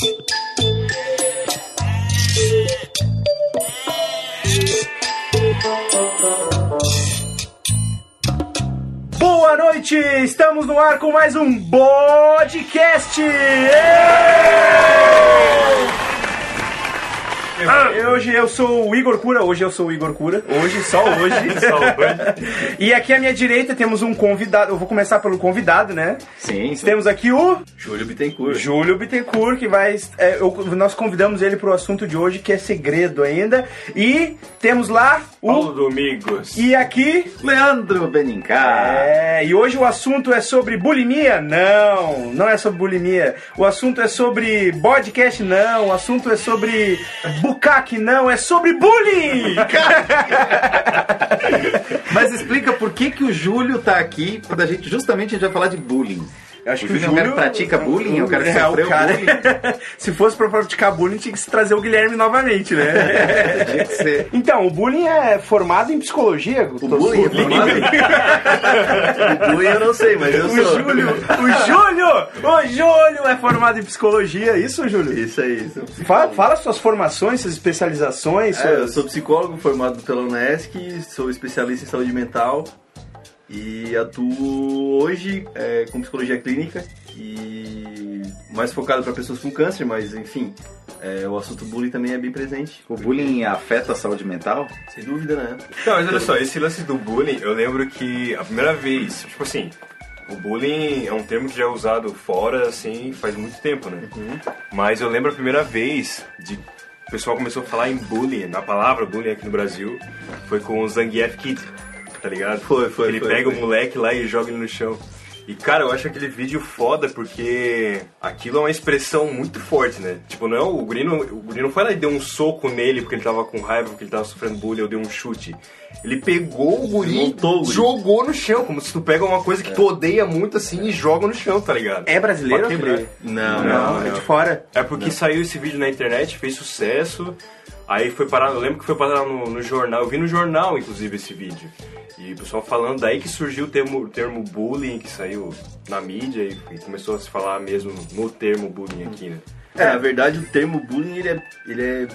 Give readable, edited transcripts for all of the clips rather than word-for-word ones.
Boa noite, estamos no ar com mais um podcast. Hoje eu sou o Igor Cura, hoje, só hoje. E aqui à minha direita temos um convidado, eu vou começar pelo convidado, né? Sim. Temos aqui o... Júlio Bittencourt. Que vai... nós convidamos ele para o assunto de hoje, que é segredo ainda. E temos lá o... Paulo Domingos. E aqui... Leandro Benincá. E hoje o assunto é sobre bulimia? Não é sobre bulimia. O assunto é sobre podcast? Não. O assunto é sobre bucaque? Não. É sobre bullying! Mas explica por que o Júlio tá aqui, quando a gente vai falar de bullying. Eu acho o Júlio é um cara que pratica bullying, é um cara que sofreu bullying. Se fosse pra praticar bullying, tinha que se trazer o Guilherme novamente, né? Tinha que ser. Então, o bullying é formado em psicologia? O bullying é formado? O bullying eu não sei, mas eu sou. O Júlio é formado em psicologia, isso, Júlio? Isso aí. Fala suas formações, suas especializações. Eu sou psicólogo formado pela Unesc, sou especialista em saúde mental. E atuo hoje com psicologia clínica e mais focado para pessoas com câncer, mas enfim, o assunto bullying também é bem presente. O bullying afeta a saúde mental? Sem dúvida, né? Não, mas olha só, esse lance do bullying, eu lembro que a primeira vez, tipo assim, o bullying é um termo que já é usado fora, assim, faz muito tempo, né? Uhum. Mas eu lembro a primeira vez o pessoal começou a falar em bullying, na palavra bullying aqui no Brasil, foi com o Zangief Kid. Tá ligado? Ele pega o moleque lá e joga ele no chão. E, cara, eu acho aquele vídeo foda porque aquilo é uma expressão muito forte, né? Tipo, não é o guri não foi lá e deu um soco nele porque ele tava com raiva, porque ele tava sofrendo bullying, ou deu um chute. Ele pegou o guri e jogou no chão, como se tu pega uma coisa que tu odeia muito assim e joga no chão, tá ligado? É brasileiro? Não, é de fora. É porque saiu esse vídeo na internet, fez sucesso, aí foi parar, eu lembro que foi parar no jornal, eu vi no jornal, inclusive, esse vídeo. E o pessoal falando, daí que surgiu o termo bullying, que saiu na mídia e começou a se falar mesmo no termo bullying aqui, né? Na verdade, o termo bullying, ele é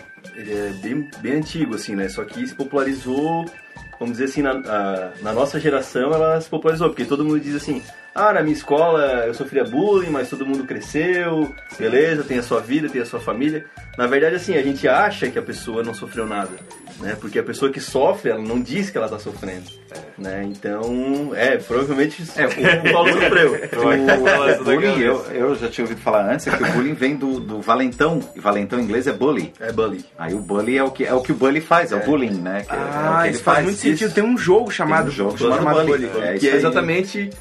bem antigo, assim, né? Só que se popularizou, vamos dizer assim, na nossa geração, ela se popularizou, porque todo mundo diz assim, na minha escola eu sofria bullying, mas todo mundo cresceu, beleza, tem a sua vida, tem a sua família. Na verdade, assim, a gente acha que a pessoa não sofreu nada, né? Porque a pessoa que sofre, ela não diz que ela tá sofrendo, né? Então, provavelmente o Paulo sofreu. O bullying, eu já tinha ouvido falar antes, que o bullying vem do valentão, e valentão em inglês é bully. É bully. Aí o bully é o que o bully faz, é o bullying, né? Que é o que ele isso faz muito sentido. Tem um jogo chamado bully, que é exatamente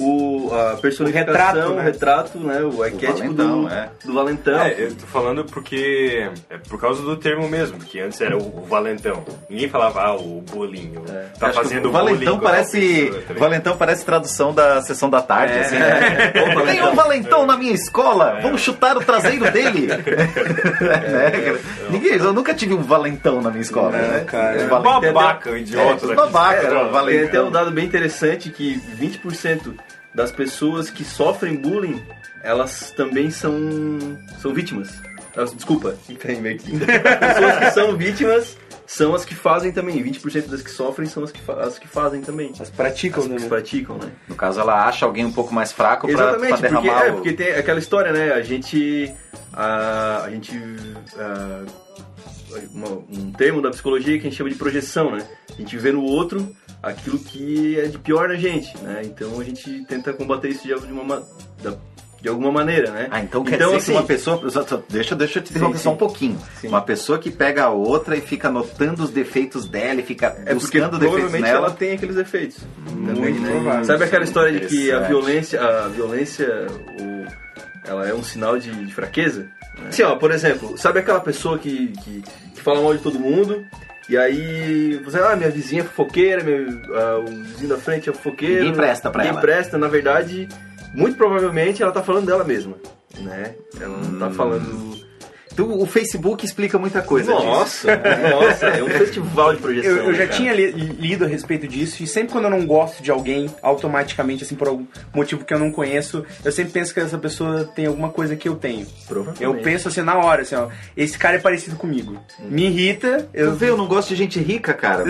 a personificação, o retrato, né? O arquétipo do valentão. Eu tô falando porque é por causa do termo mesmo, que antes era o valentão. Ninguém falava, o bullying, tá fazendo o valentão bullying. O valentão parece tradução da sessão da tarde, assim, né? Tem um valentão na minha escola, vamos chutar o traseiro dele. Eu nunca tive um valentão na minha escola, né? Cara, babaca, idiota. Valentão. Tem até um dado bem interessante que 20% das pessoas que sofrem bullying, elas também são vítimas. Desculpa, pessoas que são vítimas são as que fazem também. 20% das que sofrem são as que fazem também. As praticam, né? Praticam, né? No caso, ela acha alguém um pouco mais fraco pra derramar porque tem aquela história, né? Um termo da psicologia que a gente chama de projeção, né? A gente vê no outro aquilo que é de pior na gente, né? Então a gente tenta combater isso de alguma maneira, né? Então quer dizer assim, que uma pessoa... Deixa eu te interromper só um pouquinho. Sim. Uma pessoa que pega a outra e fica notando os defeitos dela e fica buscando defeitos nela... provavelmente ela tem aqueles defeitos. Também, né? Sabe aquela história de que a violência ela é um sinal de fraqueza? Né? Assim, por exemplo, sabe aquela pessoa que fala mal de todo mundo... E aí, você, minha vizinha é fofoqueira, o vizinho da frente é fofoqueiro... Ninguém presta pra ela. Ninguém presta, na verdade... Muito provavelmente ela tá falando dela mesma, né? Ela não tá falando... O Facebook explica muita coisa. Nossa, é um festival de projeção. Eu já cara. tinha lido a respeito disso, e sempre quando eu não gosto de alguém, automaticamente, assim, por algum motivo que eu não conheço, eu sempre penso que essa pessoa tem alguma coisa que eu tenho. Provavelmente. Eu penso assim na hora, assim, ó, esse cara é parecido comigo. Me irrita, Eu não gosto de gente rica, cara.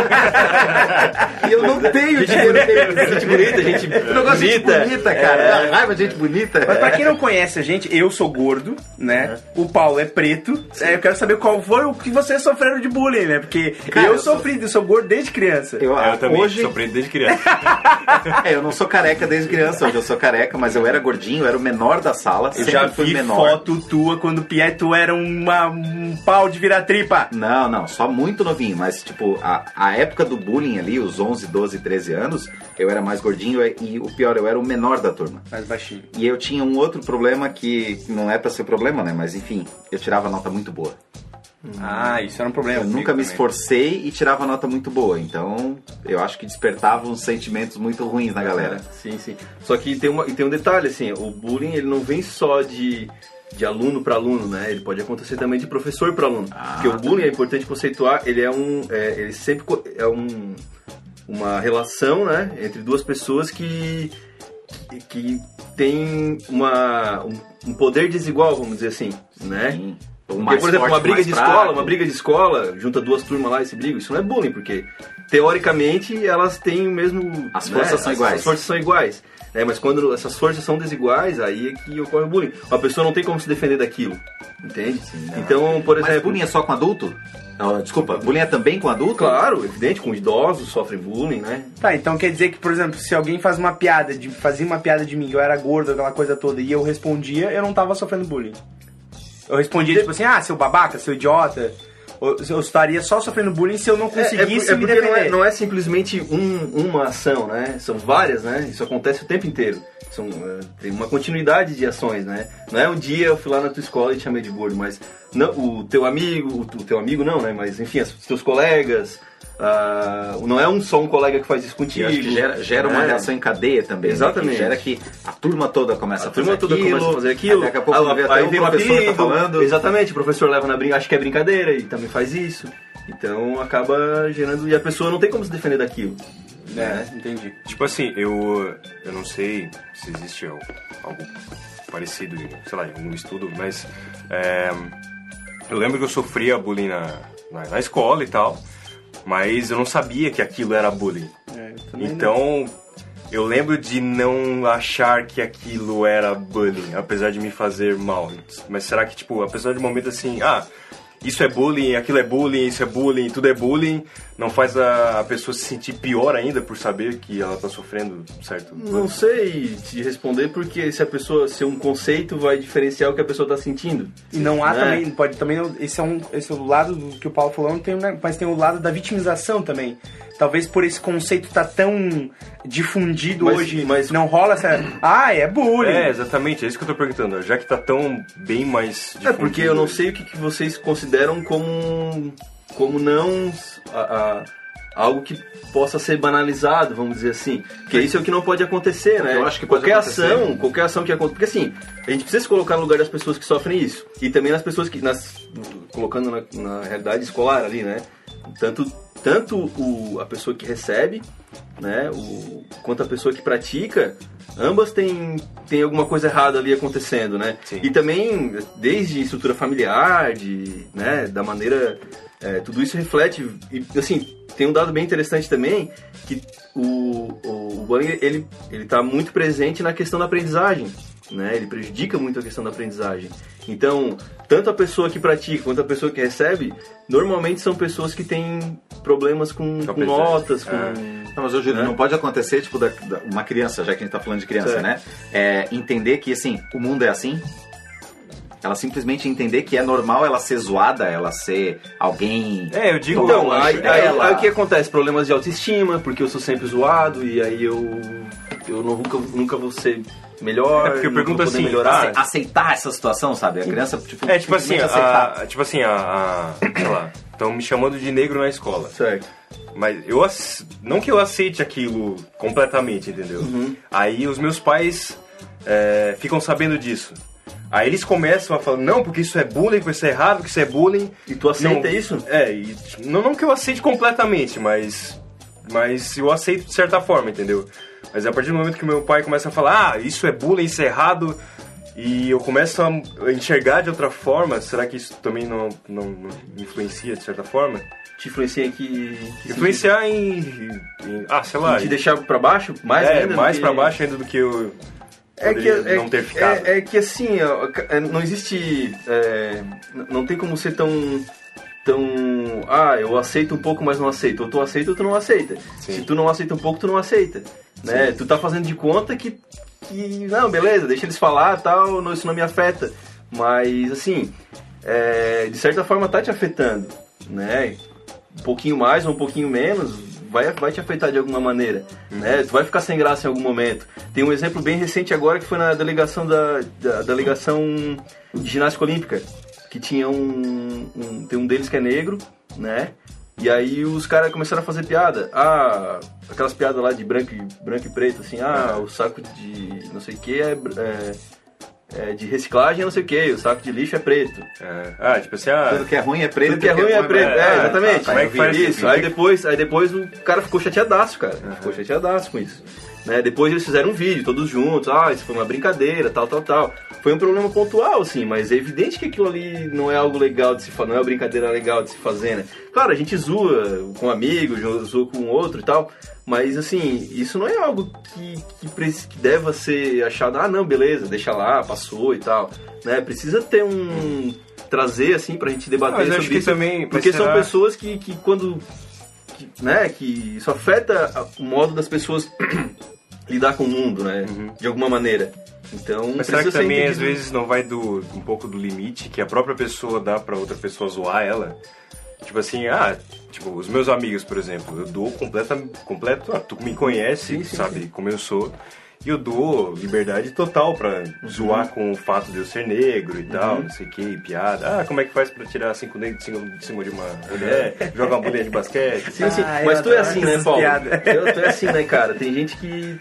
E eu não tenho dinheiro. Gente bonita, gente Eu não gosto de gente bonita, cara. Dá raiva de gente bonita. Mas pra quem não conhece a gente, eu sou gordo, né? O Paulo é preto. Eu quero saber qual foi o que vocês sofreram de bullying, né? Porque Cara, eu sou gordo desde criança. Eu também hoje, sou preto desde criança. eu não sou careca desde criança. Hoje eu sou careca, mas eu era gordinho, eu era o menor da sala. Eu Sempre já fui vi menor. foto tua quando o Pierre, tu era um pau de virar tripa. Não, só muito novinho, mas tipo, a época do bullying ali, os 11, 12, 13 anos, eu era mais gordinho e o pior, eu era o menor da turma. Mais baixinho. E eu tinha um outro problema que não é pra ser problema, né? Mas enfim, eu tirava nota muito boa. Ah, isso era um problema. Eu nunca me esforcei e tirava nota muito boa. Então, eu acho que despertava uns sentimentos muito ruins na galera. Sim. Só que tem um detalhe, assim, o bullying ele não vem só de aluno para aluno, né? Ele pode acontecer também de professor para aluno. Porque o bullying, é importante conceituar, ele sempre é uma relação, né, entre duas pessoas que tem um poder desigual, vamos dizer assim, né? Sim. Porque, por exemplo, uma briga de escola, junta duas turmas lá e se brigam, isso não é bullying, porque teoricamente elas têm o mesmo... As forças são iguais. As forças são iguais. Mas quando essas forças são desiguais, aí é que ocorre o bullying. Uma pessoa não tem como se defender daquilo, entende? Sim, então, por exemplo... Mas bullying é só com adulto? Desculpa, bullying é também com adulto? Claro, evidente, com idosos sofrem bullying, né? Tá, então quer dizer que, por exemplo, se alguém fazia uma piada de mim, que eu era gordo, aquela coisa toda, e eu respondia, eu não tava sofrendo bullying. Eu respondia, tipo assim, seu babaca, seu idiota. Eu estaria só sofrendo bullying se eu não conseguisse me defender. Porque não é simplesmente uma ação, né? São várias, né? Isso acontece o tempo inteiro. Tem uma continuidade de ações, né? Não é um dia eu fui lá na tua escola e te chamei de gordo, mas não, o teu amigo não, né? Mas enfim, os teus colegas... não é só um colega que faz isso contigo. Eu acho que gera uma reação em cadeia também. Exatamente. Né? Que gera que a turma toda começa a fazer aquilo. Daqui a pouco Aí vem uma pessoa tá falando. Exatamente, o professor leva na brincadeira, acha que é brincadeira e também faz isso. Então acaba gerando... E a pessoa não tem como se defender daquilo. Entendi. Tipo assim, eu não sei se existe algo parecido, sei lá, em algum estudo, mas eu lembro que eu sofria bullying na escola e tal. Mas eu não sabia que aquilo era bullying. Então, eu lembro de não achar que aquilo era bullying, apesar de me fazer mal. Mas será que, tipo, apesar de um momento assim, isso é bullying, aquilo é bullying, isso é bullying, tudo é bullying, não faz a pessoa se sentir pior ainda por saber que ela tá sofrendo certo bullying? Não sei te responder, porque se um conceito vai diferenciar o que a pessoa tá sentindo. E não há também, pode também, esse é o lado do que o Paulo falou, mas tem o lado da vitimização também. Talvez por esse conceito tá tão difundido hoje, mas não rola essa... é bullying. Exatamente, é isso que eu tô perguntando. Já que tá tão bem mais difundido... porque eu não sei o que vocês consideram como não... algo que possa ser banalizado, vamos dizer assim. Porque isso é o que não pode acontecer, né? Eu acho que qualquer ação que aconteça... Porque assim, a gente precisa se colocar no lugar das pessoas que sofrem isso. E também nas pessoas que... colocando na realidade escolar ali, né? Tanto a pessoa que recebe, né, quanto a pessoa que pratica, ambas têm alguma coisa errada ali acontecendo, né? Sim. E também, desde estrutura familiar, né, da maneira... tudo isso reflete... E, assim, tem um dado bem interessante também, que o bullying, ele tá muito presente na questão da aprendizagem, né? Ele prejudica muito a questão da aprendizagem. Então, tanto a pessoa que pratica quanto a pessoa que recebe, normalmente são pessoas que têm problemas com notas, com... Não, mas hoje não pode acontecer, tipo, uma criança, já que a gente tá falando de criança, né? Entender que, assim, o mundo é assim. Ela simplesmente entender que é normal ela ser zoada, ela ser alguém... eu digo... Então, aí o que acontece? Problemas de autoestima, porque eu sou sempre zoado, e aí eu nunca vou ser melhor, porque eu pergunto assim, melhorar. Aceitar essa situação, sabe? A criança, tipo... tipo assim, sei lá, estão me chamando de negro na escola. Certo. Mas não que eu aceite aquilo completamente, entendeu? Aí os meus pais ficam sabendo disso. Aí eles começam a falar, não, porque isso é bullying, porque isso é errado, porque isso é bullying. E tu aceita não, isso? Não que eu aceite completamente, mas eu aceito de certa forma, entendeu? Mas a partir do momento que meu pai começa a falar, isso é bullying, isso é errado, e eu começo a enxergar de outra forma, será que isso também não influencia de certa forma? Te influencia em que influenciar em sei lá. Te deixar pra baixo? Mais pra baixo ainda do que eu não ter ficado. É que assim, não existe... não tem como ser tão... eu aceito um pouco, mas não aceito. Ou tu aceita ou tu não aceita. Sim. Se tu não aceita um pouco, tu não aceita. Né? Tu tá fazendo de conta que... Não, beleza, deixa eles falar, tal, isso não me afeta. Mas, assim, de certa forma tá te afetando, né? Um pouquinho mais ou um pouquinho menos, vai te afetar de alguma maneira, né? Tu vai ficar sem graça em algum momento. Tem um exemplo bem recente agora que foi na delegação da delegação de ginástica olímpica, que tinha tem um deles que é negro, né? E aí os caras começaram a fazer piada. Aquelas piadas lá de branco e preto, assim, o saco de não sei o que de reciclagem é não sei o que, o saco de lixo é preto. Tipo assim, tudo que é ruim é preto. Tudo que é ruim é preto, exatamente. Como é que faz isso? Aí depois o cara ficou chateadaço, cara. Ficou chateadaço com isso. Né? Depois eles fizeram um vídeo, todos juntos, isso foi uma brincadeira, tal. Foi um problema pontual, assim, mas é evidente que aquilo ali não é algo legal de se fazer, não é uma brincadeira legal de se fazer, né? Claro, a gente zoa com amigos, zoa com outro e tal, mas, assim, isso não é algo que deva ser achado, não, beleza, deixa lá, passou e tal, né? Precisa ter trazer, assim, pra gente debater sobre isso, também, porque são pessoas que quando... né, que isso afeta o modo das pessoas lidar com o mundo, né, de alguma maneira. Então, mas será que também às vezes não vai um pouco do limite que a própria pessoa dá pra outra pessoa zoar ela? Tipo assim, os meus amigos, por exemplo, eu dou completo, tu me conhece, sabe como eu sou, e eu dou liberdade total pra zoar com o fato de eu ser negro e tal, não sei o que, piada. Como é que faz pra tirar 5 negros de cima de uma mulher, jogar uma bolinha de basquete? Sim. Mas tu é assim, né, Paulo? Tu é assim, né, cara? Tem gente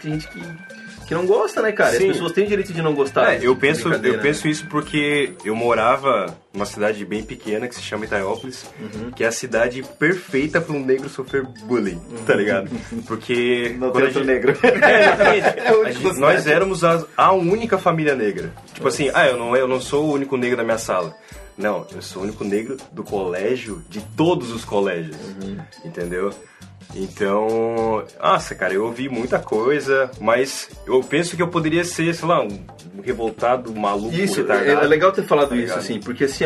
que não gosta, né, cara? Sim. As pessoas têm o direito de não gostar. Eu penso isso porque eu morava numa cidade bem pequena que se chama Itaiópolis, que é a cidade perfeita para um negro sofrer bullying, tá ligado? Porque... Não tem outro negro. Nós éramos a única família negra. Tipo assim, eu não sou o único negro da minha sala. Não, eu sou o único negro do colégio, de todos os colégios, entendeu? Então, nossa, cara, eu ouvi muita coisa, mas eu penso que eu poderia ser, sei lá, um revoltado, maluco, isso, retardado. É legal ter falado isso, assim, porque assim,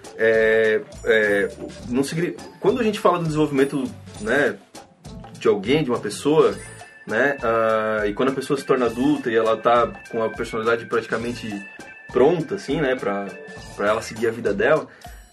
não se, quando a gente fala do desenvolvimento, né, de alguém, de uma pessoa, né, e quando a pessoa se torna adulta e ela tá com a personalidade praticamente pronta, assim, né, pra ela seguir a vida dela,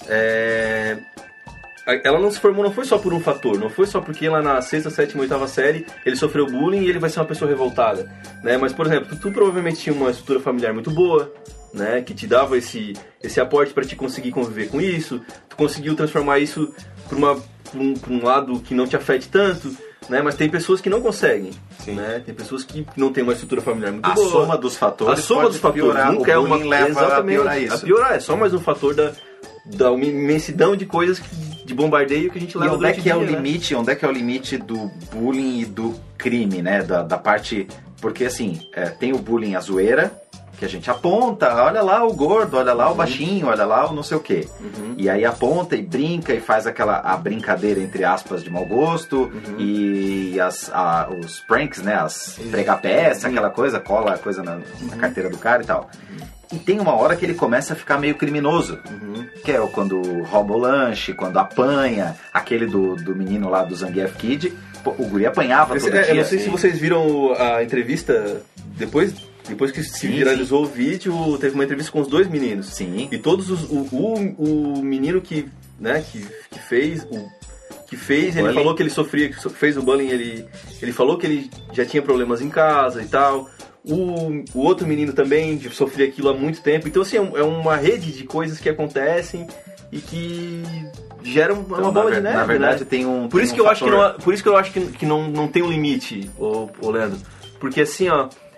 ela não se formou, não foi só por um fator, não foi só porque lá na 6ª, 7ª, 8ª série ele sofreu bullying e ele vai ser uma pessoa revoltada, né? Mas, por exemplo, tu provavelmente tinha uma estrutura familiar muito boa, né? Que te dava esse aporte para te conseguir conviver com isso, tu conseguiu transformar isso pra um lado que não te afete tanto, né? Mas tem pessoas que não conseguem, né? Tem pessoas que não têm uma estrutura familiar muito boa. A soma dos fatores piorar, nunca é uma leva a piorar isso. A piorar, é só mais um fator da imensidão de coisas de bombardeio que a gente leva onde é que é o limite, onde é que é o limite do bullying e do crime, né? Da parte... Porque, assim, tem o bullying, a zoeira, que a gente aponta, olha lá o gordo, olha lá o baixinho, olha lá o não sei o quê. E aí aponta e brinca e faz a brincadeira, entre aspas, de mau gosto, e os pranks, né? As pregar-peça, aquela coisa, cola a coisa na carteira do cara e tal. E tem uma hora que ele começa a ficar meio criminoso, que é quando rouba o lanche, quando apanha, aquele do menino lá do Zangief Kid, o guri apanhava todo dia. Eu não sei se vocês viram a entrevista, depois que se viralizou o vídeo, teve uma entrevista com os dois meninos. Sim. E todos o menino que fez... ele falou que ele sofria, que fez o bullying, ele falou que ele já tinha problemas em casa e tal. O outro menino também sofria aquilo há muito tempo. Então, assim, é uma rede de coisas que acontecem e que geram uma bola de neve. Na verdade, né? tem um... Por isso que eu acho que não tem um limite, ô Leandro. Porque, assim,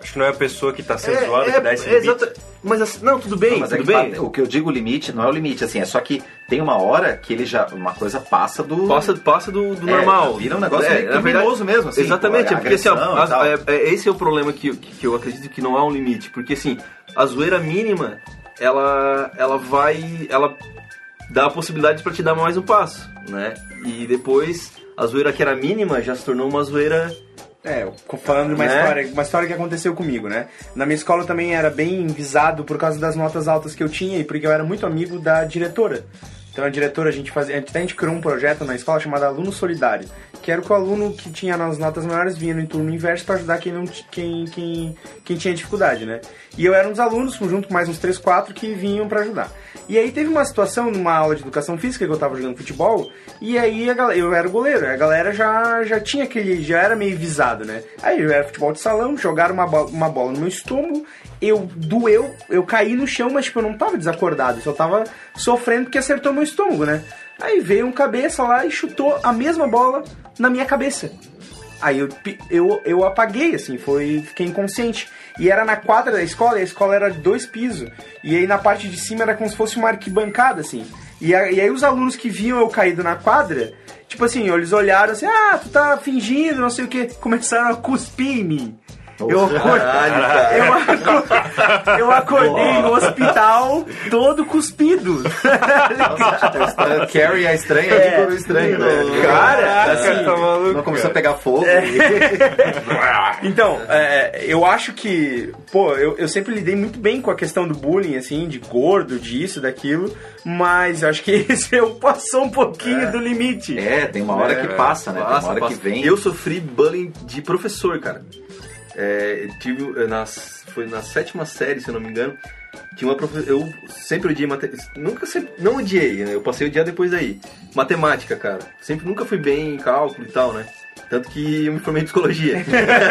Acho que não é a pessoa que tá sendo zoada que dá esse limite. Mas não, tudo bem, mas tudo bem. O que eu digo limite não é o limite, assim, é só que tem uma hora que ele já, uma coisa passa do... Passa do normal. Vira um negócio meio criminoso mesmo, assim. Exatamente, porque assim, esse é o problema que eu acredito que não há um limite, porque assim, a zoeira mínima, ela dá a possibilidade pra te dar mais um passo, né? E depois, a zoeira que era mínima já se tornou uma zoeira... Falando de uma história que aconteceu comigo, né? Na minha escola eu também era bem visado por causa das notas altas que eu tinha e porque eu era muito amigo da diretora. Então a diretora, a gente criou um projeto na escola chamado Aluno Solidário, que era que o aluno que tinha as notas maiores vinha no turno inverso para ajudar quem tinha dificuldade, né? E eu era um dos alunos, junto com mais uns 3, 4 que vinham para ajudar. E aí teve uma situação numa aula de educação física que eu tava jogando futebol, e aí eu era o goleiro, a galera já tinha já era meio visado, né? Aí eu era futebol de salão, jogaram uma bola no meu estômago, eu caí no chão, mas tipo, eu não tava desacordado, eu só tava sofrendo porque acertou meu estômago, né? Aí veio um cabeça lá e chutou a mesma bola na minha cabeça. Aí eu apaguei, assim, fiquei inconsciente. E era na quadra da escola, e a escola era de 2 pisos. E aí na parte de cima era como se fosse uma arquibancada, assim. E aí os alunos que viam eu caído na quadra, tipo assim, eles olharam assim, tu tá fingindo, não sei o que, começaram a cuspir em mim. Eu acordei no hospital todo cuspido. Carrie é estranha, é de estranho, né? Cara, assim, tá maluco, não começou a pegar fogo. Então, eu acho que, eu sempre lidei muito bem com a questão do bullying, assim, de gordo, disso, daquilo, mas eu acho que esse passou um pouquinho do limite. Tem uma hora que passa, né? Tem uma hora que vem. Eu sofri bullying de professor, cara. Foi na 7ª série, se eu não me engano, tinha uma professora, eu sempre odiei não odiei, né? Eu passei a odiar depois daí. Matemática, cara. Nunca fui bem em cálculo e tal, né? Tanto que eu me formei em psicologia.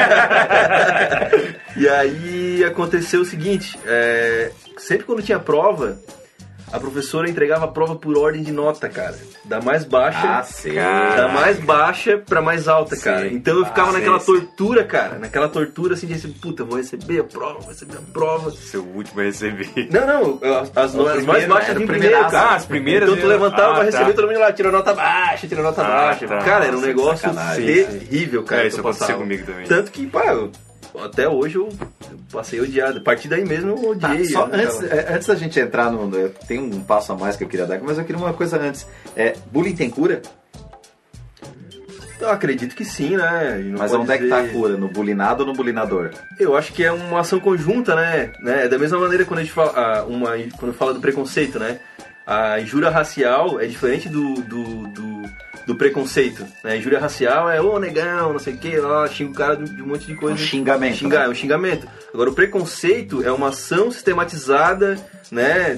E aí aconteceu o seguinte, sempre quando tinha prova, a professora entregava a prova por ordem de nota, cara. Da mais baixa, da mais baixa pra mais alta, cara. Então eu ficava naquela tortura, cara. Naquela tortura assim de receber, eu vou receber a prova. Seu último a receber. Não, as mais baixas vinham primeiro, cara. As primeiras. Então tu levantava pra receber todo mundo lá, tirou nota baixa. Tá. Cara, era um negócio terrível, cara. Isso aconteceu comigo também. Tanto que, até hoje eu passei odiado. A partir daí mesmo eu odiei. Só antes da gente entrar tem um passo a mais que eu queria dar, mas eu queria uma coisa antes. Bullying tem cura? Eu acredito que sim, né? Mas onde é que tá a cura? No bulinado ou no bulinador? Eu acho que é uma ação conjunta, né? Da mesma maneira quando a gente fala, quando fala do preconceito, né? A injúria racial é diferente do preconceito, né? Injúria racial é negão, não sei o que, xinga o cara de um monte de coisa. Um xingamento. É um xingamento. Agora, o preconceito é uma ação sistematizada, né?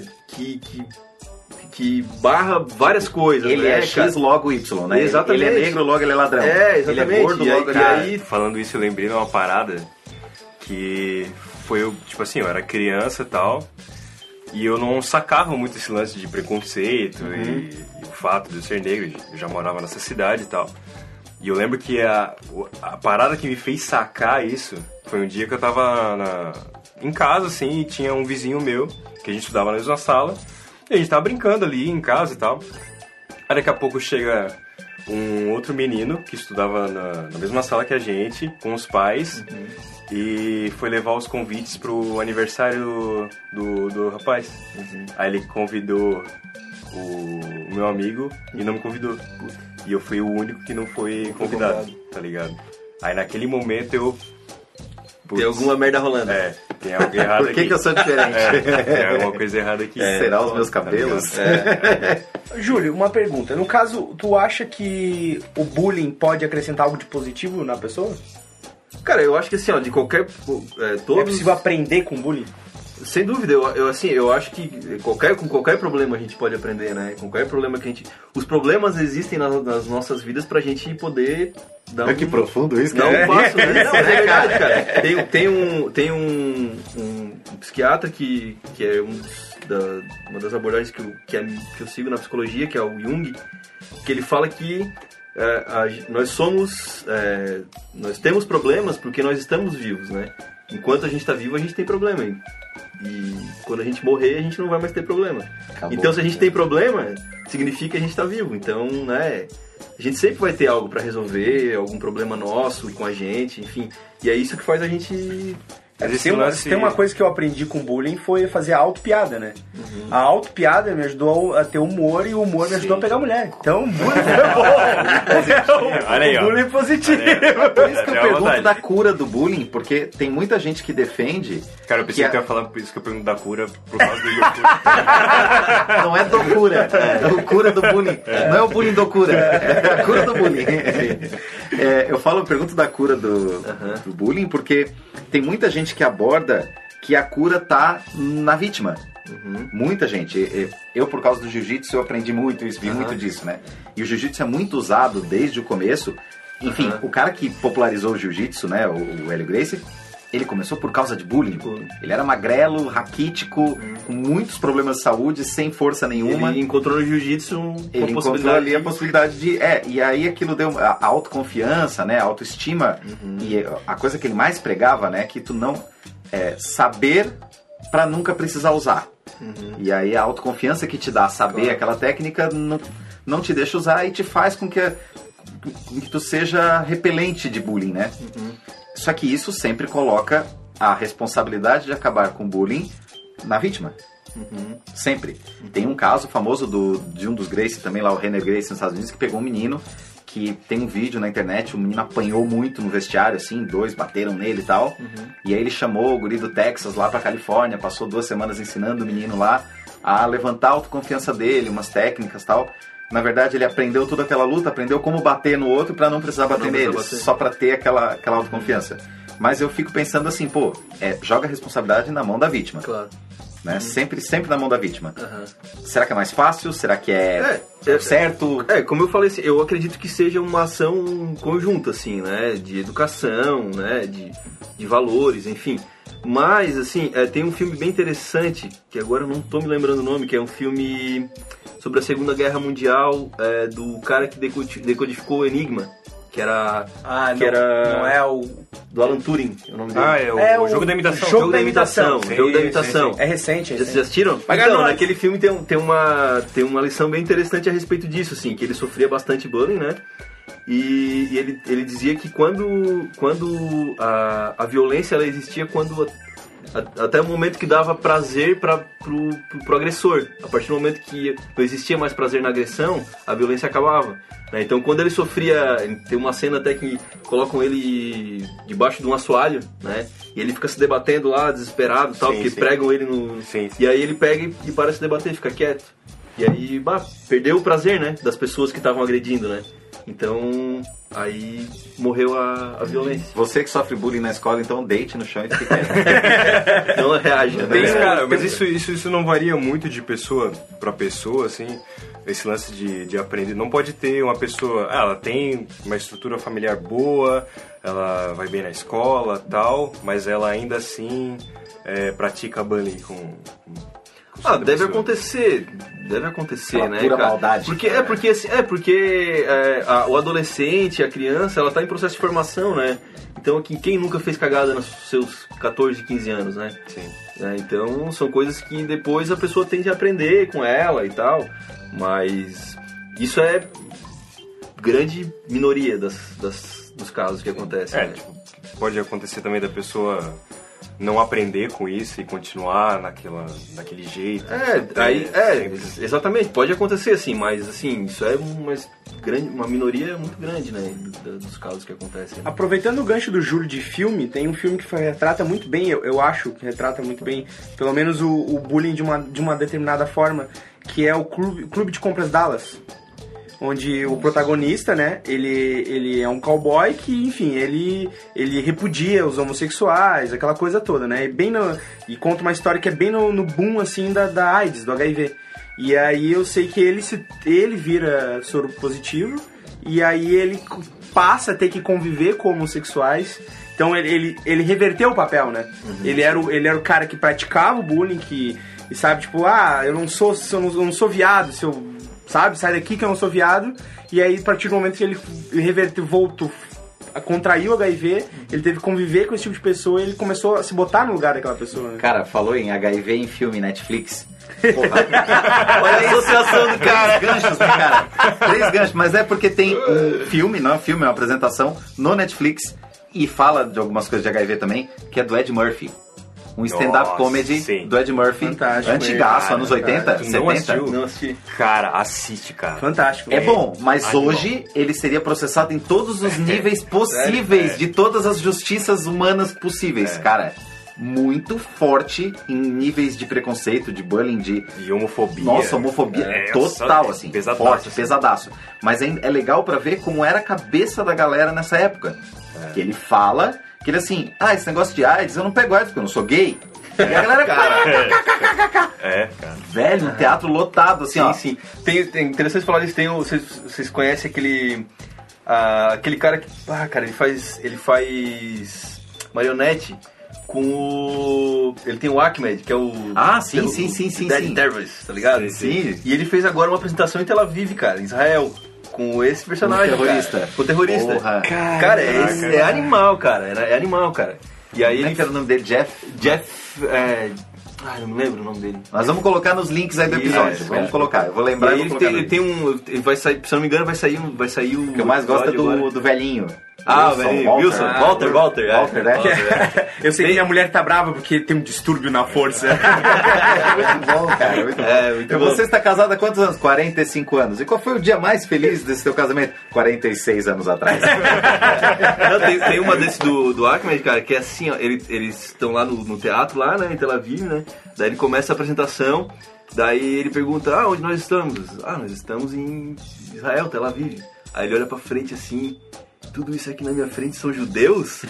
Que barra várias coisas. Ele é X logo Y, né? Exatamente. Ele é negro, logo ele é ladrão. Exatamente. Ele é gordo, logo ele é... Falando isso, eu lembrei de uma parada que foi, tipo assim, eu era criança e tal, e eu não sacava muito esse lance de preconceito e o fato de eu ser negro. Eu já morava nessa cidade e tal. E eu lembro que a parada que me fez sacar isso foi um dia que eu tava em casa, assim, e tinha um vizinho meu, que a gente estudava na mesma sala, e a gente tava brincando ali em casa e tal. Aí daqui a pouco chega um outro menino que estudava na mesma sala que a gente, com os pais, e foi levar os convites pro aniversário do rapaz. Aí ele convidou o meu amigo e não me convidou. E eu fui o único que não foi convidado, tá ligado? Aí naquele momento eu... Tem alguma merda rolando. Tem algo errado aqui. Por que eu sou diferente? Tem alguma coisa errada aqui. Será os meus cabelos? Júlio, uma pergunta. No caso, tu acha que o bullying pode acrescentar algo de positivo na pessoa? Cara, eu acho que assim, de qualquer... É possível aprender com bullying? Sem dúvida, eu acho que com qualquer problema a gente pode aprender, né? Com qualquer problema que a gente... Os problemas existem nas nossas vidas pra gente poder dar que profundo isso, cara. Dar um passo, né? Não, é verdade, cara. Tem um psiquiatra que é uma das abordagens que eu sigo na psicologia, que é o Jung, que ele fala que nós temos problemas porque nós estamos vivos, né? enquanto a gente tá vivo, a gente tem problema. E quando a gente morrer, a gente não vai mais ter problema. Acabou. Então, se a gente tem problema, significa que a gente tá vivo. Então, né, a gente sempre vai ter algo pra resolver, algum problema nosso com a gente, enfim. E é isso que faz a gente... Tem uma coisa que eu aprendi com bullying foi fazer a auto-piada, né? A auto-piada me ajudou a ter humor e o humor me ajudou a pegar mulher. Então, bullying é bom. Olha aí, ó. Bullying positivo. Por isso que eu É pergunto verdade. da cura do bullying, porque tem muita gente que defende... Cara, eu pensei que que eu ia falar por isso que eu pergunto da cura por causa do YouTube. Não é do cura, é o cura do bullying. Não é o bullying do cura, é a cura do bullying. Eu pergunto da cura do bullying porque tem muita gente que aborda que a cura tá na vítima. Muita gente. Eu, por causa do jiu-jitsu, eu aprendi muito isso, vi muito disso, né? E o jiu-jitsu é muito usado desde o começo. Enfim, o cara que popularizou o jiu-jitsu, né, o Hélio Gracie, ele começou por causa de bullying. Ele era magrelo, raquítico, com muitos problemas de saúde, sem força nenhuma. Ele encontrou no jiu-jitsu Ele encontrou ali a possibilidade de... E aí aquilo deu a autoconfiança, né? A autoestima. E a coisa que ele mais pregava, né? Que tu não... saber pra nunca precisar usar. E aí a autoconfiança que te dá saber aquela técnica não te deixa usar e te faz com que tu seja repelente de bullying, né? Só que isso sempre coloca a responsabilidade de acabar com o bullying na vítima. Sempre. Tem um caso famoso de um dos Gracie também, lá o Renner Gracie nos Estados Unidos, que pegou um menino que tem um vídeo na internet, o menino apanhou muito no vestiário, assim, 2 bateram nele e tal. E aí ele chamou o guri do Texas lá pra Califórnia, passou 2 semanas ensinando o menino lá a levantar a autoconfiança dele, umas técnicas e tal. Na verdade, ele aprendeu toda aquela luta, aprendeu como bater no outro pra não precisar bater nele, só pra ter aquela autoconfiança. Mas eu fico pensando assim, joga a responsabilidade na mão da vítima. Claro. Né? Sempre na mão da vítima. Será que é mais fácil? Será que é certo? Como eu falei, assim, eu acredito que seja uma ação conjunta, assim, né? De educação, né? De valores, enfim. Mas, assim, tem um filme bem interessante, que agora eu não tô me lembrando o nome, que é um filme sobre a Segunda Guerra Mundial, do cara que decodificou o Enigma, que era... Não é o... Do Alan Turing, é o nome dele. O Jogo da Imitação. Jogo da Imitação. Jogo da Imitação. É recente. Já assistiram? Então, naquele filme tem uma lição bem interessante a respeito disso, assim, que ele sofria bastante bullying, né? E ele dizia que quando a violência ela existia até o momento que dava prazer pro agressor. A partir do momento que não existia mais prazer na agressão, a violência acabava. Né? Então, quando ele sofria... Tem uma cena até que colocam ele debaixo de um assoalho, né? E ele fica se debatendo lá, desesperado, tal, porque pregam ele no... E aí ele pega e para de se debater, fica quieto. E aí, perdeu o prazer, né? Das pessoas que estavam agredindo, né? Então, aí morreu a violência. Você que sofre bullying na escola, então deite no chão e fique quieto. Não reage, né? Mas isso não varia muito de pessoa pra pessoa, assim. Esse lance de aprender. Não pode ter uma pessoa... ela tem uma estrutura familiar boa, ela vai bem na escola e tal, mas ela ainda assim pratica bullying com deve acontecer, né, pura cara? maldade. Porque o adolescente, a criança, ela tá em processo de formação, né? Então, quem nunca fez cagada nos seus 14, 15 anos, né? Sim. Então, são coisas que depois a pessoa tem de aprender com ela e tal, mas isso é grande minoria dos casos que acontecem. Né? Pode acontecer também da pessoa não aprender com isso e continuar daquele jeito. Exatamente, pode acontecer assim, mas assim, isso é uma minoria muito grande, né, dos casos que acontecem. Aproveitando o gancho do Júlio de filme, tem um filme que retrata muito bem, eu acho que retrata muito bem, pelo menos o bullying de uma determinada forma, que é o Clube de Compras Dallas. Onde o protagonista, né, ele é um cowboy que, enfim, ele repudia os homossexuais, aquela coisa toda, né, e conta uma história que é bem no boom, assim, da AIDS, do HIV. E aí eu sei que ele vira soro positivo, e aí ele passa a ter que conviver com homossexuais. Então ele reverteu o papel, né, ele era o cara que praticava o bullying, e sabe, tipo, eu não sou viado, se eu... sabe, sai daqui que eu não sou viado. E aí, a partir do momento que ele voltou contraiu o HIV, ele teve que conviver com esse tipo de pessoa e ele começou a se botar no lugar daquela pessoa. Né? Cara, falou em HIV em filme Netflix. Porra. Olha a associação do cara. 3 ganchos, né, cara? 3 ganchos, mas é porque tem um filme, não é um filme, é uma apresentação no Netflix e fala de algumas coisas de HIV também, que é do Ed Murphy. Um stand-up comedy do Ed Murphy. Fantástico. Antigaço, Cara, anos 80, 70. Não assisti. Cara, assiste, cara. Fantástico. É bom, mas hoje ele seria processado em todos os níveis possíveis, de todas as justiças humanas possíveis. Cara, muito forte em níveis de preconceito, de bullying, de homofobia. Nossa, homofobia total, assim. Pesadaço, forte, assim. pesadaço. Mas é legal pra ver como era a cabeça da galera nessa época. Que ele fala, que ele assim, esse negócio de AIDS, eu não pego AIDS porque eu não sou gay. E a galera... cara. Velho, um teatro lotado, assim, ó. Sim. Tem interessante falar disso. Vocês conhecem aquele cara que... cara, ele faz marionete com o... Ele tem o Ahmed, que é o... sim. Dead Terrorist, tá ligado? Sim. E ele fez agora uma apresentação em Tel Aviv, cara, em Israel. Com esse personagem, o terrorista. Porra. Cara, é animal, cara. É animal, cara. E aí Como é que era o nome dele? Jeff? Eu não lembro o nome dele. Nós vamos colocar nos links aí do episódio. Vamos colocar. Eu vou lembrar. Ele tem um... Ele vai sair, se eu não me engano, vai sair o... O que eu mais gosto é do velhinho. Wilson. Walter. Né? Eu sei que minha mulher tá brava porque tem um distúrbio na força. Muito bom, cara. Muito bom. Muito bom. Você está casado há quantos anos? 45 anos. E qual foi o dia mais feliz desse teu casamento? 46 anos atrás. Não, tem uma desse do Ahmed, cara, que é assim, ó. Eles estão lá no teatro, lá, né, em Tel Aviv, né? Daí ele começa a apresentação, daí ele pergunta, onde nós estamos? Nós estamos em Israel, Tel Aviv. Aí ele olha pra frente assim... Tudo isso aqui na minha frente são judeus?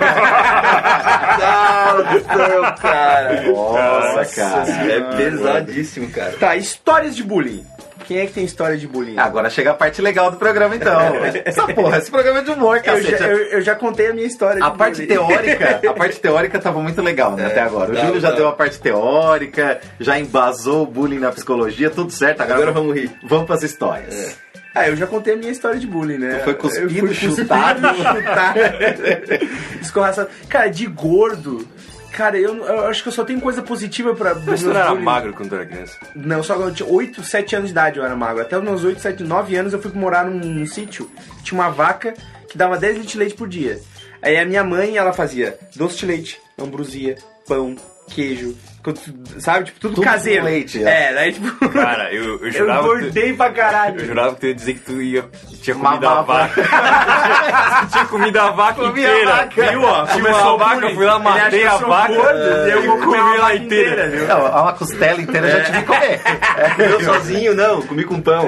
Não, cara. Nossa, cara. É pesadíssimo, cara. Tá, histórias de bullying. Quem é que tem história de bullying? Agora chega a parte legal do programa, então. Esse programa é de humor, cacete. Eu já contei a minha história de bullying. A parte teórica tava muito legal, né, até agora. O Júlio já deu a parte teórica, já embasou o bullying na psicologia, tudo certo. Agora vamos rir. Vamos pras histórias. Eu já contei a minha história de bullying, né? Foi cuspido, chutado. Escorraçado. Cara, de gordo... Cara, eu acho que eu só tenho coisa positiva pra... Você não era magro quando era criança? Não, só que eu tinha 8, 7 anos de idade eu era magro. Até os meus 8, 7, 9 anos eu fui morar num sítio. Tinha uma vaca que dava 10 litros de leite por dia. Aí a minha mãe, ela fazia doce de leite, ambrosia, pão, queijo... Sabe? Tipo, tudo caseiro. Leite, daí tipo... Cara, eu jurava... Eu engordei pra caralho. Eu jurava que tu ia dizer que tu tinha comido a vaca. Tu tinha comido a vaca inteira. Viu, ó? Tinha uma vaca, eu fui lá, matei a vaca e eu comi ela inteira, viu? Não, uma costela inteira eu já tive que comer. Comeu sozinho, não. Comi com pão.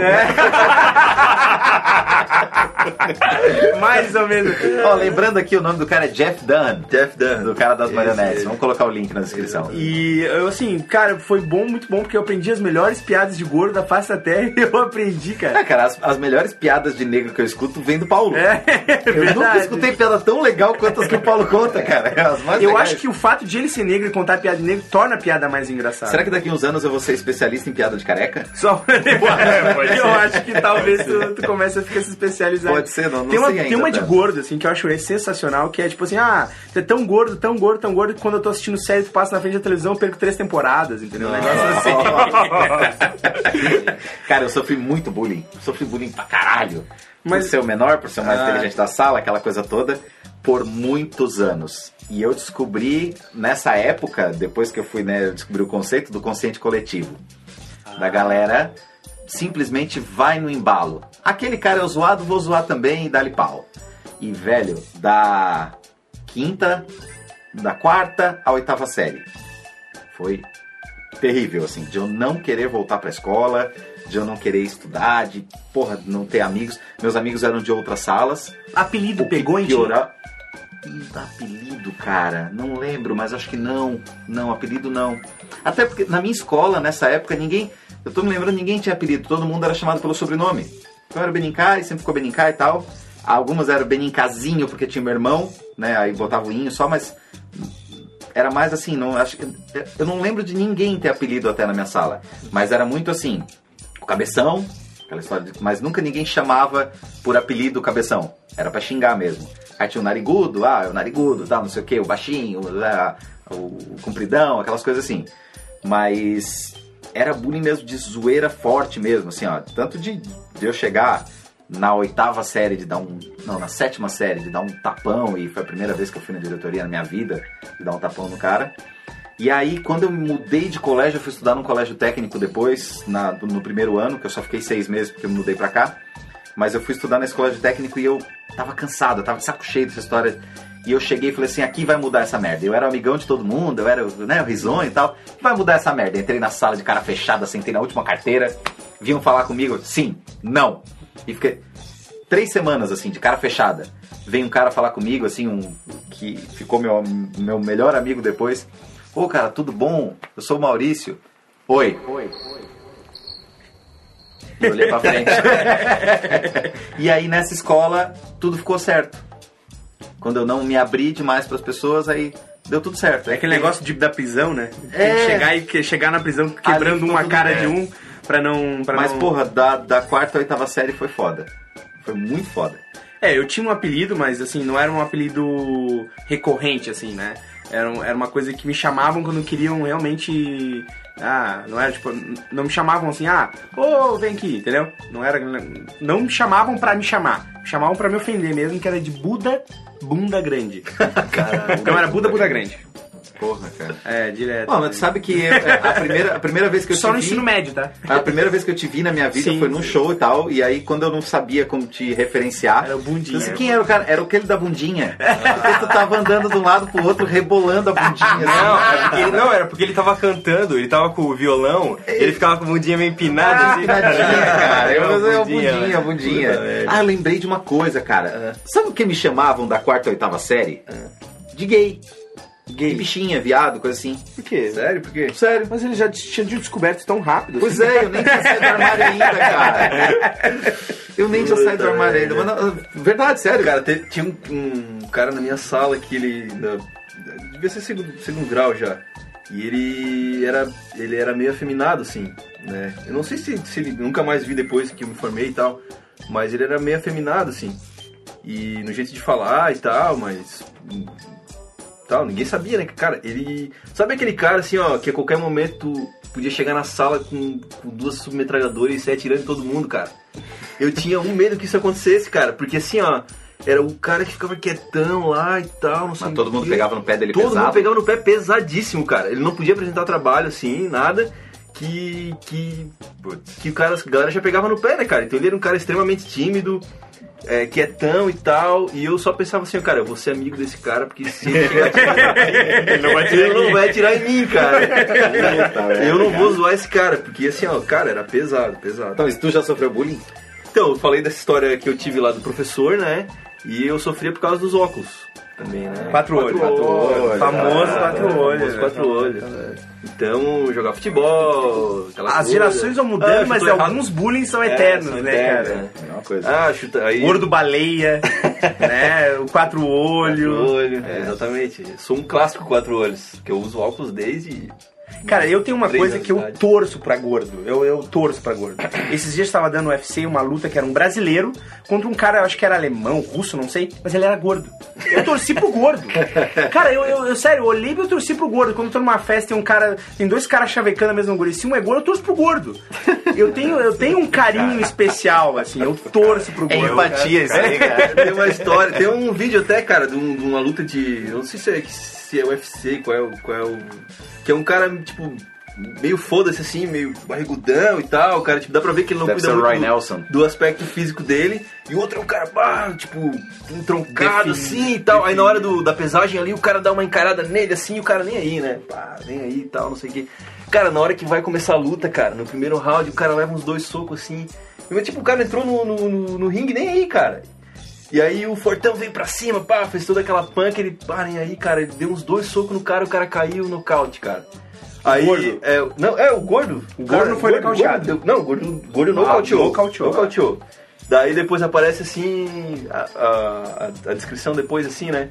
Mais ou menos. Ó, lembrando aqui, o nome do cara é Jeff Dunn. Do cara das marionetes. Vamos colocar o link na descrição. E eu, assim, cara, foi bom, muito bom, porque eu aprendi as melhores piadas de gordo da face da terra e eu aprendi, cara. Cara, as melhores piadas de negro que eu escuto vêm do Paulo. Eu nunca escutei piada tão legal quanto as que o Paulo conta, cara. Eu acho que o fato de ele ser negro e contar piada de negro torna a piada mais engraçada. Será que daqui uns anos eu vou ser especialista em piada de careca? Só eu acho que talvez tu comece a ficar se especializando. Pode ser, não sei ainda. Tem uma de gordo, assim, que eu acho sensacional, que é tipo assim, tu é tão gordo, que quando eu tô assistindo série, tu passa na frente da televisão, eu perco 3 temporadas, entendeu? Um negócio assim. Cara, eu sofri muito bullying. Sofri bullying pra caralho. Por ser o menor, por ser o mais inteligente da sala, aquela coisa toda, por muitos anos. E eu descobri, nessa época, depois que eu fui, eu descobri o conceito do consciente coletivo. Da galera simplesmente vai no embalo. Aquele cara é zoado, vou zoar também e dá-lhe pau. E, velho, da quarta à 8ª série. Foi terrível, assim, de eu não querer voltar pra escola, de eu não querer estudar, de, não ter amigos. Meus amigos eram de outras salas. Apelido pegou em ti? Apelido, cara, não lembro, mas acho que não. Não, apelido não. Até porque na minha escola, nessa época, eu tô me lembrando, ninguém tinha apelido, todo mundo era chamado pelo sobrenome. Então era Benincai, sempre ficou Benincai e tal. Algumas eram Benincazinho, porque tinha meu irmão, né, aí botava o inho só, mas... Era mais assim, eu não lembro de ninguém ter apelido até na minha sala. Mas era muito assim, o Cabeção, aquela história mas nunca ninguém chamava por apelido Cabeção. Era pra xingar mesmo. Aí tinha o narigudo, o narigudo, tal, não sei o que, o baixinho, o compridão, aquelas coisas assim. Mas era bullying mesmo, de zoeira forte mesmo, assim, ó. Tanto de eu chegar na 8ª série de dar na 7ª série de dar um tapão, e foi a primeira vez que eu fui na diretoria na minha vida, de dar um tapão no cara. E aí, quando eu mudei de colégio, eu fui estudar num colégio técnico depois, no primeiro ano, que eu só fiquei 6 meses porque eu mudei pra cá. Mas eu fui estudar nesse colégio técnico e eu tava cansado, eu tava de saco cheio dessa história. E eu cheguei e falei assim, aqui vai mudar essa merda. Eu era amigão de todo mundo, eu era, né, o risonho e tal. Vai mudar essa merda. Entrei na sala de cara fechada, sentei na última carteira. Vinham falar comigo, sim, não. E fiquei 3 semanas, assim, de cara fechada. Veio um cara falar comigo, assim, que ficou meu melhor amigo depois. Ô, cara, tudo bom? Eu sou o Maurício. Oi. E eu olhei pra frente. E aí, nessa escola, tudo ficou certo. Quando eu não me abri demais pras pessoas, aí deu tudo certo. É aquele negócio da prisão, né? Chegar na prisão quebrando uma cara de um pra não... Mas, porra, da 4ª à 8ª série foi foda. Foi muito foda. Eu tinha um apelido, mas assim, não era um apelido recorrente, assim, né? Era uma coisa que me chamavam quando queriam realmente... não era tipo... Não me chamavam assim, vem aqui, entendeu? Não me chamavam pra me chamar. Me chamavam pra me ofender mesmo, que era de Buda Bunda Grande. Caralho. Então era Buda Grande. Porra, cara. Direto. Mas tu sabe que a primeira vez que eu te vi... Só no ensino médio, tá? A primeira vez que eu te vi na minha vida foi num show e tal, e aí quando eu não sabia como te referenciar... Era o Bundinha. Eu sei quem era o cara? Era aquele da bundinha. Porque tu tava andando de um lado pro outro, rebolando a bundinha. Assim. Era porque ele tava cantando, ele tava com o violão, ele ficava com a bundinha meio empinada, assim. Cara. A bundinha. Eu lembrei de uma coisa, cara. Sabe o que me chamavam da 4ª à 8ª série? De gay. Gay, bichinha, viado, coisa assim. Por quê? Sério? Por quê? Sério? Mas ele já tinha descoberto tão rápido. Pois assim. Eu nem tinha saído do armário ainda, cara. Eu nem tinha saído do armário ainda. Mas não, verdade, sério. Cara, tinha um cara na minha sala que ele... devia ser segundo grau já. E ele era meio afeminado, assim, né? Eu não sei se ele... Nunca mais vi depois que eu me formei e tal. Mas ele era meio afeminado, assim. E no jeito de falar e tal, mas... ninguém sabia, né? Cara, ele... Sabe aquele cara, assim, ó, que a qualquer momento podia chegar na sala com 2 submetralhadoras e sair atirando em todo mundo, cara? Eu tinha um medo que isso acontecesse, cara, porque assim, ó, era o cara que ficava quietão lá e tal, não sei. Mas todo mundo pegava no pé dele pesado? Todo mundo pegava no pé pesadíssimo, cara. Ele não podia apresentar trabalho, assim, nada... Que a galera já pegava no pé, né, cara? Então ele era um cara extremamente tímido, quietão e tal, e eu só pensava assim, cara, eu vou ser amigo desse cara, porque se ele chegar ele não vai atirar em mim, cara. Eu não vou zoar esse cara, porque assim, ó, cara, era pesado. Então, e tu já sofreu bullying? Então, eu falei dessa história que eu tive lá do professor, né, e eu sofria por causa dos óculos também, né? 4 olhos. Famoso 4 olhos. 4 olhos. Então, jogar futebol, as gerações vão mudando, mas alguns bullying são eternos, né, cara? É uma coisa. Chuta aí. Gordo baleia, né? O 4 olhos. Exatamente. Sou um clássico 4 olhos, que eu uso óculos desde... Cara, eu tenho uma coisa que eu torço pra gordo. Eu torço pra gordo. Esses dias eu tava dando no UFC uma luta que era um brasileiro contra um cara, eu acho que era alemão, russo, não sei, mas ele era gordo. Eu torci pro gordo. Cara, eu sério, eu olhei e eu torci pro gordo. Quando eu tô numa festa tem 2 caras chavecando a mesma gordo. E se um é gordo, eu torço pro gordo. Eu tenho um carinho especial, assim, eu torço pro gordo. É empatia isso aí, cara. Tem uma história, tem um vídeo até, cara, de uma luta de... Eu não sei se é UFC, qual é o... Que é um cara, tipo, meio foda-se assim, meio barrigudão e tal. O cara, tipo, dá pra ver que ele não cuida muito do aspecto físico dele. E o outro é um cara, tipo, entroncado assim e tal. Aí na hora da pesagem ali, o cara dá uma encarada nele assim, e o cara nem aí, né? Nem aí e tal, não sei o que. Cara, na hora que vai começar a luta, cara, no primeiro round, o cara leva uns 2 socos assim. E, tipo, o cara entrou no ringue nem aí, cara. E aí o Fortão veio pra cima, fez toda aquela punk, ele, nem aí, cara, ele deu uns 2 socos no cara, o cara caiu no nocaute, cara. Aí, o gordo. O gordo não foi nocauteado. O gordo nocauteou. Daí depois aparece assim, a descrição depois assim, né?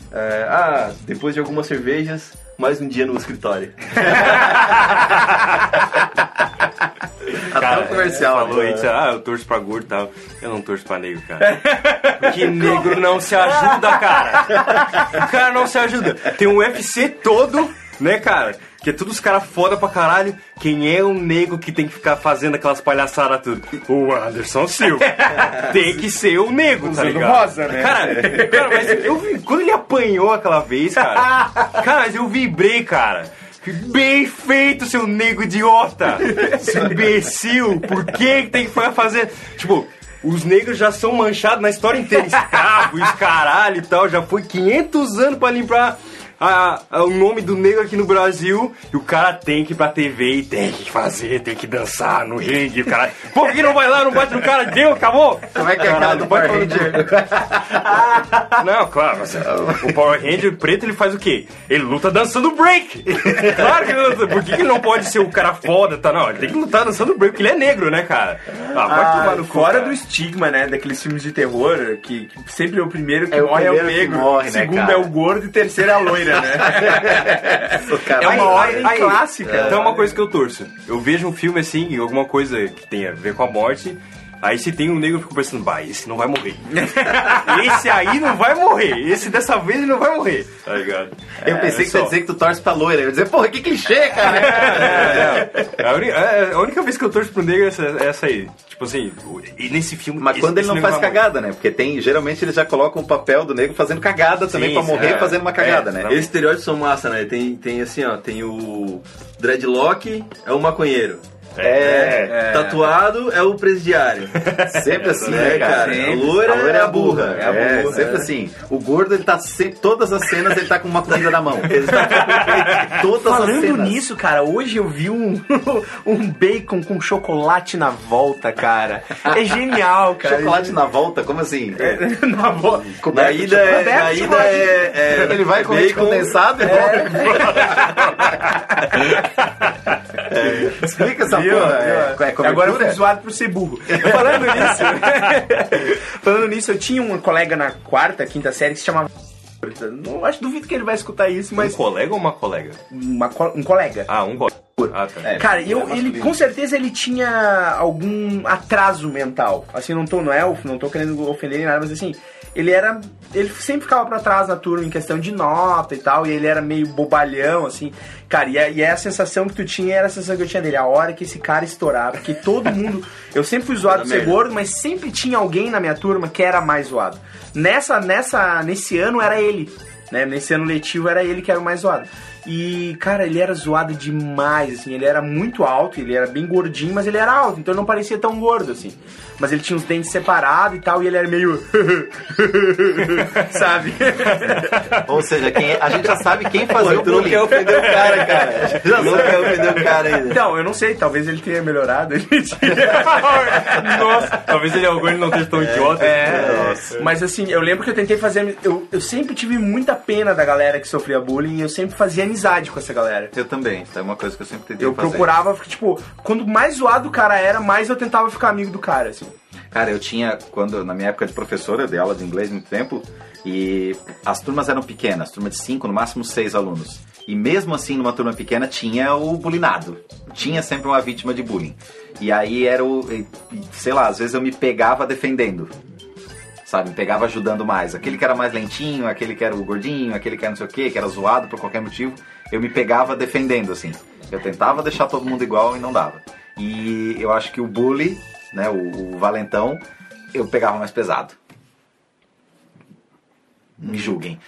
Depois de algumas cervejas, mais um dia no escritório. Até o comercial. Falou aí, eu torço pra gordo e tal. Eu não torço pra negro, cara. Porque negro não se ajuda, cara. O cara não se ajuda. Tem um UFC todo, né, cara? Que é todos os caras foda pra caralho. Quem é o nego que tem que ficar fazendo aquelas palhaçadas tudo? O Anderson Silva. Tem que ser o nego, tá ligado? Rosa, né? Cara, mas eu vi... Quando ele apanhou aquela vez, cara... Cara, mas eu vibrei, cara. Bem feito, seu nego idiota! Seu imbecil! Por que tem que fazer... Tipo... Os negros já são manchados na história inteira. Escravos, caralho e tal. Já foi 500 anos pra limpar o nome do negro aqui no Brasil. E o cara tem que ir pra TV e tem que fazer, tem que dançar no ringue. Caralho. Pô, por que não vai lá, não bate no cara? Deu, acabou? Como é que é aquela do Power Ranger? Não, claro. Mas, o Power Ranger preto, ele faz o quê? Ele luta dançando break. Claro que ele luta. Por que ele não pode ser o cara foda? Tá? Não, ele tem que lutar dançando break, porque ele é negro, né, cara? Pode tomar no cu, fora cara. do estigma, né, daqueles filmes de terror, que sempre é o primeiro que É o morre é o primeiro que negro, morre, né, segundo cara? é o gordo e terceiro é a loira, né? Cara, É uma ordem Aí, clássica. Então é uma coisa que eu torço. Eu vejo um filme assim, alguma coisa que tenha a ver com a morte. Aí se tem um negro, eu fico pensando, esse não vai morrer. Esse aí não vai morrer. Esse dessa vez ele não vai morrer. Tá ligado? Eu pensei que você ia dizer que tu torce pra loira. Eu ia dizer, porra, que clichê, cara. A única vez que eu torço pro negro é essa aí. Tipo assim, e nesse filme... Mas quando ele não faz vai morrer. cagada, né? Porque geralmente eles já colocam o papel do negro fazendo cagada também, Sim, pra morrer sim, fazendo uma cagada, né? Esses estereótipos são massa, né? Tem assim, ó, tem o dreadlock, é o maconheiro. Tatuado é o presidiário. Sempre assim, É, né, cara? sempre. A loira é a burra. É a burra, sempre assim. O gordo, ele tá sempre... Todas as cenas, ele tá com uma comida na mão. Todas as Falando cenas. nisso, cara, hoje eu vi um bacon com chocolate na volta, cara. É genial, cara. Chocolate na volta? Como assim? Na volta. Na ida é Ele vai com leite bacon. condensado e volta. Explica essa porra. Agora eu fui zoado por ser burro. Falando nisso, eu tinha um colega na quarta, quinta série que se chamava... Não acho, duvido que ele vai escutar isso, mas... Um colega ou uma colega? Um colega. Um colega. Tá. Cara, ele com certeza ele tinha algum atraso mental. Assim, não tô querendo ofender nem nada, mas assim, ele sempre ficava pra trás na turma em questão de nota e tal, e ele era meio bobalhão, assim. Cara, e a sensação que tu tinha era a sensação que eu tinha dele. A hora que esse cara estourava, porque todo mundo... Eu sempre fui zoado de ser gordo, mas sempre tinha alguém na minha turma que era mais zoado. Nesse ano era ele, né? Nesse ano letivo era ele que era o mais zoado. E, cara, ele era zoado demais, assim, ele era muito alto, ele era bem gordinho, mas ele era alto, então ele não parecia tão gordo, assim. Mas ele tinha os dentes separados e tal, e ele era meio... sabe? Ou seja, a gente já sabe quem fazia o Tu não bullying. quer ofender o cara, cara. Não quer ofender o cara ainda. Então, eu não sei, talvez ele tenha melhorado. Nossa, talvez ele não esteja tão idiota. Mas assim, eu lembro que eu tentei fazer... Eu sempre tive muita pena da galera que sofria bullying, e eu sempre fazia amizade com essa galera. Eu também, isso é uma coisa que eu sempre tentei Eu fazer. procurava, tipo, quando mais zoado o cara era, mais eu tentava ficar amigo do cara, assim. Cara, eu tinha, na minha época de professor, eu dei aula de inglês há muito tempo, e as turmas eram pequenas, turma de 5, no máximo 6 alunos. E mesmo assim, numa turma pequena, tinha o bulinado. Tinha sempre uma vítima de bullying. E aí sei lá, às vezes eu me pegava defendendo. Sabe, me pegava ajudando mais. Aquele que era mais lentinho, aquele que era o gordinho, aquele que era não sei o quê, que era zoado por qualquer motivo, eu me pegava defendendo, assim. Eu tentava deixar todo mundo igual e não dava. E eu acho que o bully, né, o valentão, eu pegava mais pesado. Me julguem.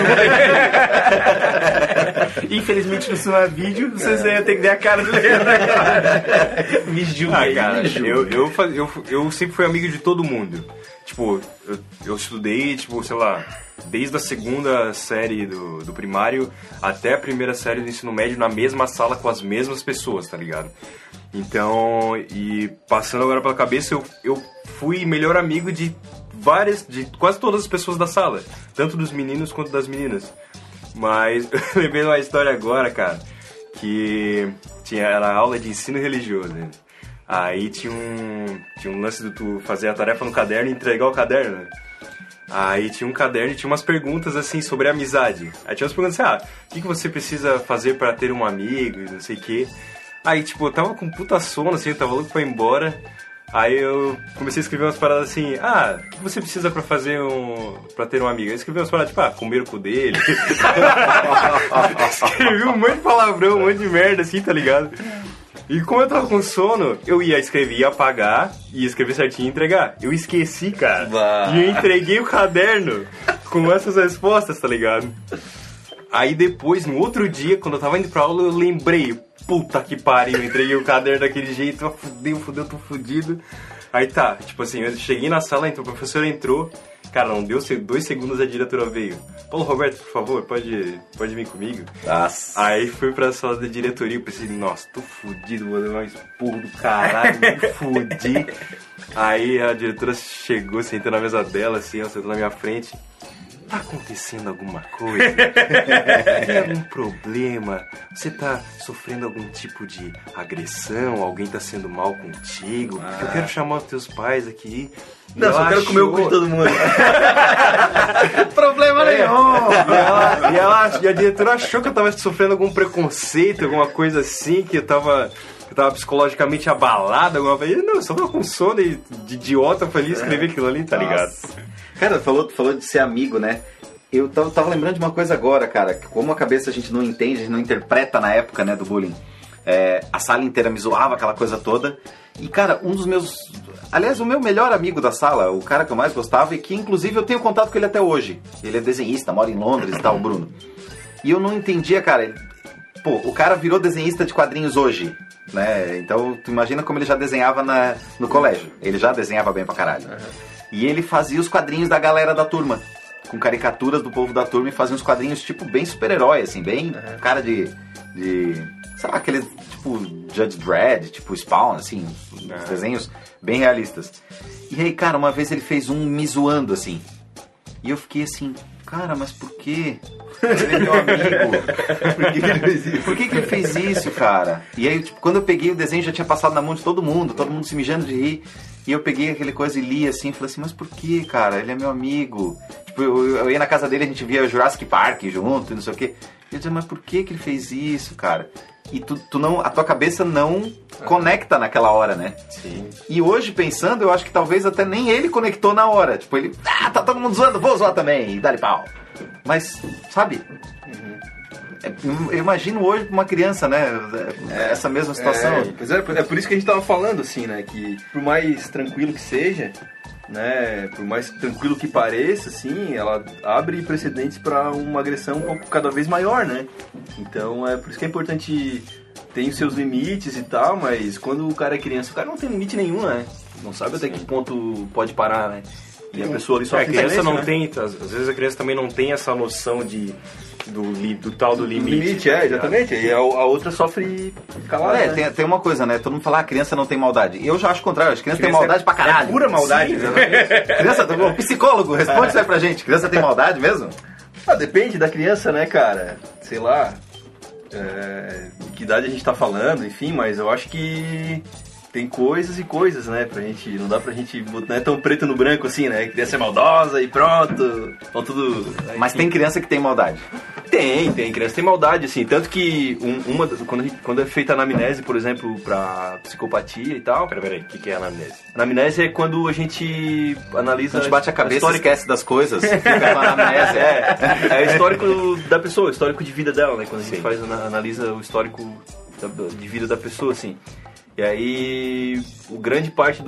Infelizmente no seu vídeo, vocês iam ter que dar a cara do Leandro agora. Me julguem. Cara, eu sempre fui amigo de todo mundo. Tipo, eu estudei, tipo, sei lá, desde a segunda série do primário até a primeira série do ensino médio na mesma sala com as mesmas pessoas, tá ligado? Então, e passando agora pela cabeça, eu fui melhor amigo de quase todas as pessoas da sala, tanto dos meninos quanto das meninas. Mas eu lembrei de uma história agora, cara, que era aula de ensino religioso, né? Aí tinha um lance de tu fazer a tarefa no caderno e entregar o caderno, né? Aí tinha um caderno e tinha umas perguntas assim sobre amizade. Aí tinha umas perguntas assim, o que você precisa fazer pra ter um amigo e não sei o quê. Aí, tipo, eu tava com puta sono, assim, eu tava louco pra ir embora. Aí eu comecei a escrever umas paradas assim, o que você precisa pra pra ter um amigo? Eu escrevi umas paradas, tipo, comer o cu dele. Escrevi um monte de palavrão, um monte de merda, assim, tá ligado? E como eu tava com sono, eu ia escrever, ia apagar, ia escrever certinho e entregar. Eu esqueci, cara. E eu entreguei o caderno com essas respostas, tá ligado? Aí depois, no outro dia, quando eu tava indo pra aula, eu lembrei, puta que pariu, eu entreguei o caderno daquele jeito, fudeu, tô fudido. Aí tá, tipo assim, eu cheguei na sala, então o professor entrou, cara, não deu 2 segundos, a diretora veio. Paulo Roberto, por favor, pode vir comigo? Nossa. Aí fui pra sala da diretoria, eu pensei, nossa, tô fudido, vou levar um esporro do caralho, me fudi. Aí a diretora chegou, sentou na mesa dela, assim, ela sentou na minha frente. Tá acontecendo alguma coisa? Tem algum problema? Você tá sofrendo algum tipo de agressão? Alguém tá sendo mal contigo? Eu quero chamar os teus pais aqui. Não, só quero comer o cu de todo mundo. Problema nenhum! E a diretora achou que eu tava sofrendo algum preconceito, alguma coisa assim, que eu tava psicologicamente abalado, alguma coisa. Não, eu só tava com sono de idiota, eu falei escrever aquilo ali, tá ligado? Cara, falou de ser amigo, né? Eu tava lembrando de uma coisa agora, cara, que como a cabeça a gente não entende, a gente não interpreta na época, né, do bullying. A sala inteira me zoava, aquela coisa toda. E, cara, um dos meus... Aliás, o meu melhor amigo da sala, o cara que eu mais gostava, e que, inclusive, eu tenho contato com ele até hoje. Ele é desenhista, mora em Londres e tal, o Bruno. E eu não entendia, cara... o cara virou desenhista de quadrinhos hoje, né? Então, tu imagina como ele já desenhava no colégio. Ele já desenhava bem pra caralho. E ele fazia os quadrinhos da galera da turma, com caricaturas do povo da turma, e fazia uns quadrinhos, tipo, bem super-herói, assim, bem cara de sei lá, aqueles, tipo, Judge Dredd, tipo Spawn, assim, uns desenhos bem realistas. E aí, cara, uma vez ele fez um me zoando, assim, e eu fiquei assim, cara, mas por quê? Ele é meu amigo. Por que ele fez isso, cara? E aí, tipo, quando eu peguei o desenho, já tinha passado na mão de todo mundo se mijando de rir. E eu peguei aquele coisa e li assim, e falei assim, mas por que, cara? Ele é meu amigo. Tipo, eu ia na casa dele, a gente via Jurassic Park junto e não sei o quê. E eu dizia, mas por que ele fez isso, cara? E tu não, a tua cabeça não conecta naquela hora, né? Sim. E hoje, pensando, eu acho que talvez até nem ele conectou na hora. Tipo, ele, tá todo mundo zoando, vou zoar também, e dá-lhe pau. Mas, sabe? Eu imagino hoje uma criança, né? Essa mesma situação. É por isso que a gente tava falando, assim, né? Que por mais tranquilo que seja, né? Por mais tranquilo que pareça, assim, ela abre precedentes para uma agressão um pouco cada vez maior, né? Então é por isso que é importante, tem os seus limites e tal, mas quando o cara é criança, o cara não tem limite nenhum, né? Não sabe até que ponto pode parar, né? E a pessoa ali só a criança não né? tem, às vezes a criança também não tem essa noção do tal do limite. Limite, exatamente. E a outra sofre calada. Né? Tem uma coisa, né? Todo mundo fala, a criança não tem maldade. Eu já acho o contrário, a criança tem maldade pra caralho. É pura maldade. Sim, criança, o psicólogo, responde isso aí pra gente. Criança tem maldade mesmo? Depende da criança, né, cara? Sei lá, que idade a gente tá falando, enfim, mas eu acho que tem coisas e coisas, né, pra gente, não dá pra gente, não é tão preto no branco assim, né, criança é maldosa e pronto, então tudo... Mas tem criança que tem maldade? Tem criança tem maldade, assim, tanto que quando é feita a anamnese, por exemplo, pra psicopatia e tal... Peraí, o que é a anamnese? Anamnese é quando a gente analisa... A gente bate a cabeça e esquece das coisas, fica com a anamnese. É o histórico da pessoa, o histórico de vida dela, né, quando a gente analisa o histórico de vida da pessoa, assim... E aí, grande parte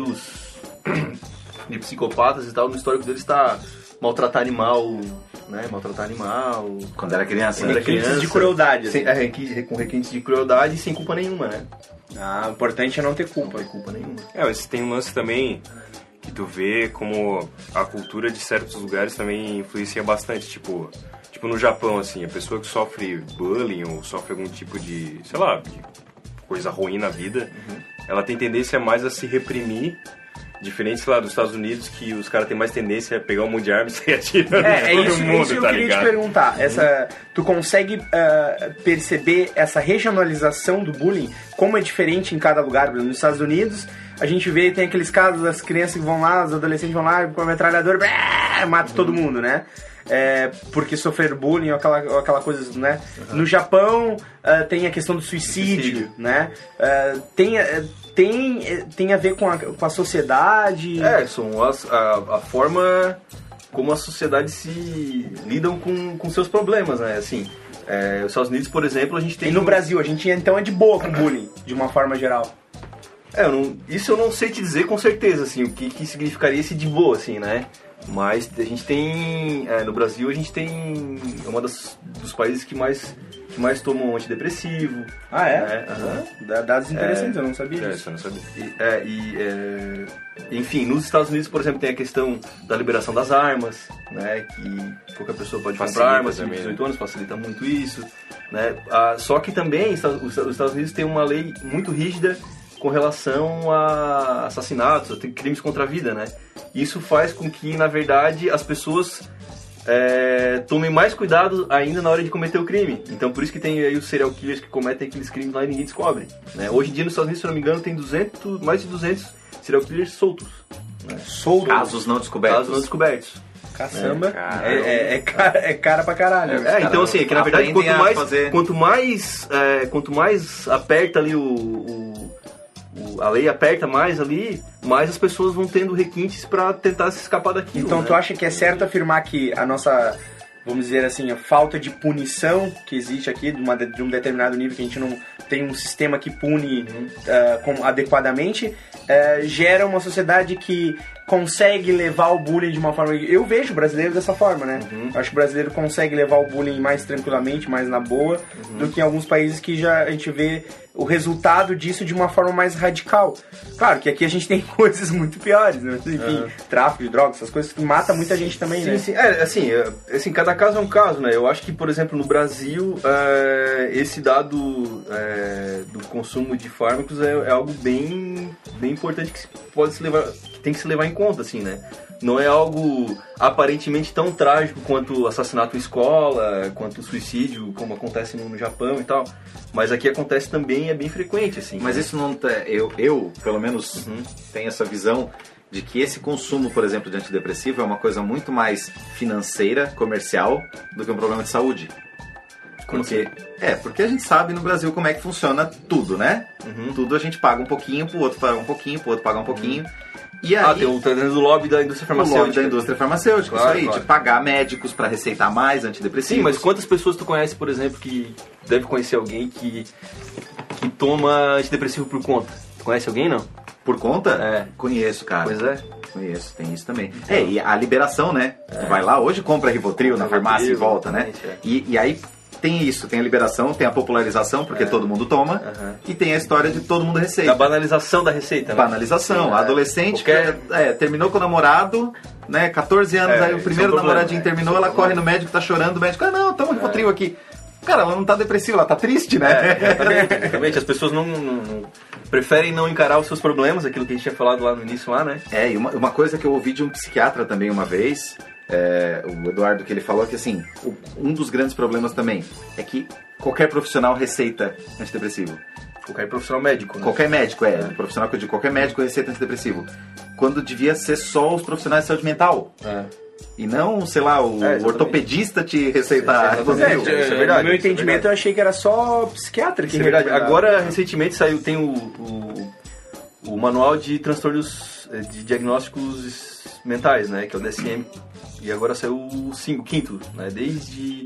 de psicopatas e tal, no histórico deles está maltratar animal, né? Maltratar animal. Quando era criança. Requintes de crueldade. Assim. Com requintes de crueldade e sem culpa nenhuma, né? O importante é não ter culpa. Não ter culpa nenhuma. Mas tem um lance também que tu vê como a cultura de certos lugares também influencia bastante, tipo no Japão, assim, a pessoa que sofre bullying ou sofre algum tipo de, sei lá, coisa ruim na vida, ela tem tendência mais a se reprimir, diferente, sei lá, dos Estados Unidos, que os caras têm mais tendência a pegar um monte de arma e sair atirando em todo mundo, isso que eu tá queria ligado? te perguntar. Tu consegue perceber essa regionalização do bullying, como é diferente em cada lugar? Nos Estados Unidos, a gente vê, tem aqueles casos das crianças que vão lá, os adolescentes vão lá com a metralhadora, mata todo mundo, né? Porque sofrer bullying ou aquela coisa, né? No Japão tem a questão do suicídio, né? Tem a ver com a sociedade. São a forma como a sociedade se lidam com seus problemas, né? Assim, os Estados Unidos, por exemplo, a gente tem... E no Brasil, a gente então é de boa com bullying, de uma forma geral. Isso eu não sei te dizer com certeza, assim, o que significaria esse de boa, assim, né? Mas a gente tem... no Brasil a gente tem... É um dos países que mais tomam antidepressivo. Ah, é? Né? Dados interessantes, eu não sabia disso. Eu não sabia. Enfim, nos Estados Unidos, por exemplo, tem a questão da liberação das armas, né? Que qualquer pessoa pode comprar armas de 18 anos, facilita muito isso, né? Só que também os Estados Unidos têm uma lei muito rígida com relação a assassinatos, a crimes contra a vida, né? Isso faz com que, na verdade, as pessoas tomem mais cuidado ainda na hora de cometer o crime. Então, por isso que tem aí os serial killers que cometem aqueles crimes lá e ninguém descobre, né? Hoje em dia, nos Estados Unidos, se eu não me engano, tem mais de 200 serial killers soltos. Né? Casos não descobertos. Caçamba, é cara pra caralho. Então assim, que na verdade quanto mais aperta ali a lei aperta mais ali, mais as pessoas vão tendo requintes pra tentar se escapar daquilo. Então, né? Tu acha que é certo afirmar que a nossa, vamos dizer assim, a falta de punição que existe aqui, de um determinado nível, que a gente não tem um sistema que pune adequadamente, gera uma sociedade que consegue levar o bullying de uma forma... Eu vejo o brasileiro dessa forma, né? Eu acho que o brasileiro consegue levar o bullying mais tranquilamente, mais na boa, do que em alguns países que já a gente vê o resultado disso de uma forma mais radical. Claro que aqui a gente tem coisas muito piores, né? Enfim, tráfico de drogas, essas coisas que matam muita gente também, né? Sim. Assim, cada caso é um caso, né? Eu acho que, por exemplo, no Brasil, esse dado do consumo de fármacos é algo bem importante que tem que se levar em conta, assim, né? Não é algo aparentemente tão trágico quanto o assassinato em escola, quanto o suicídio, como acontece no Japão e tal. Mas aqui acontece também, é bem frequente, assim. Mas isso não... Eu pelo menos, tenho essa visão de que esse consumo, por exemplo, de antidepressivo é uma coisa muito mais financeira, comercial, do que um problema de saúde. Porque a gente sabe no Brasil como é que funciona tudo, né? Tudo a gente paga um pouquinho, pro outro paga um pouquinho, pro outro paga um pouquinho. E aí, tem o lobby da indústria farmacêutica. O lobby da indústria farmacêutica, claro, isso aí, de pagar médicos pra receitar mais antidepressivos. Sim, mas quantas pessoas tu conhece, por exemplo, que deve conhecer alguém que toma antidepressivo por conta? Tu conhece alguém, não? Por conta? Conheço, cara. Pois é. Conheço, tem isso também. E a liberação, né? Tu vai lá, hoje compra Rivotril na farmácia e volta, né? E aí... Tem isso, tem a liberação, tem a popularização, porque todo mundo toma, e tem a história de todo mundo receita. Da banalização da receita, né? Banalização. Adolescente, terminou com o namorado, né, 14 anos, aí o primeiro namoradinho terminou, ela corre no médico, tá chorando, o médico, não, toma um Rivotril aqui. Cara, ela não tá depressiva, ela tá triste, né? Exatamente, as pessoas não preferem não encarar os seus problemas, aquilo que a gente tinha falado lá no início, lá, né? E uma coisa que eu ouvi de um psiquiatra também uma vez... o Eduardo, que ele falou que assim, um dos grandes problemas também é que qualquer profissional receita antidepressivo. Qualquer profissional médico, né? Qualquer médico, profissional que eu digo, qualquer médico receita antidepressivo. Quando devia ser só os profissionais de saúde mental. E não, sei lá, o ortopedista te receitar. Isso é verdade. No meu entendimento, eu achei que era só psiquiatra que recomendava. Verdade. Agora, recentemente, tem o manual de transtornos de diagnósticos mentais, né? Que é o DSM. E agora saiu o quinto, né? Desde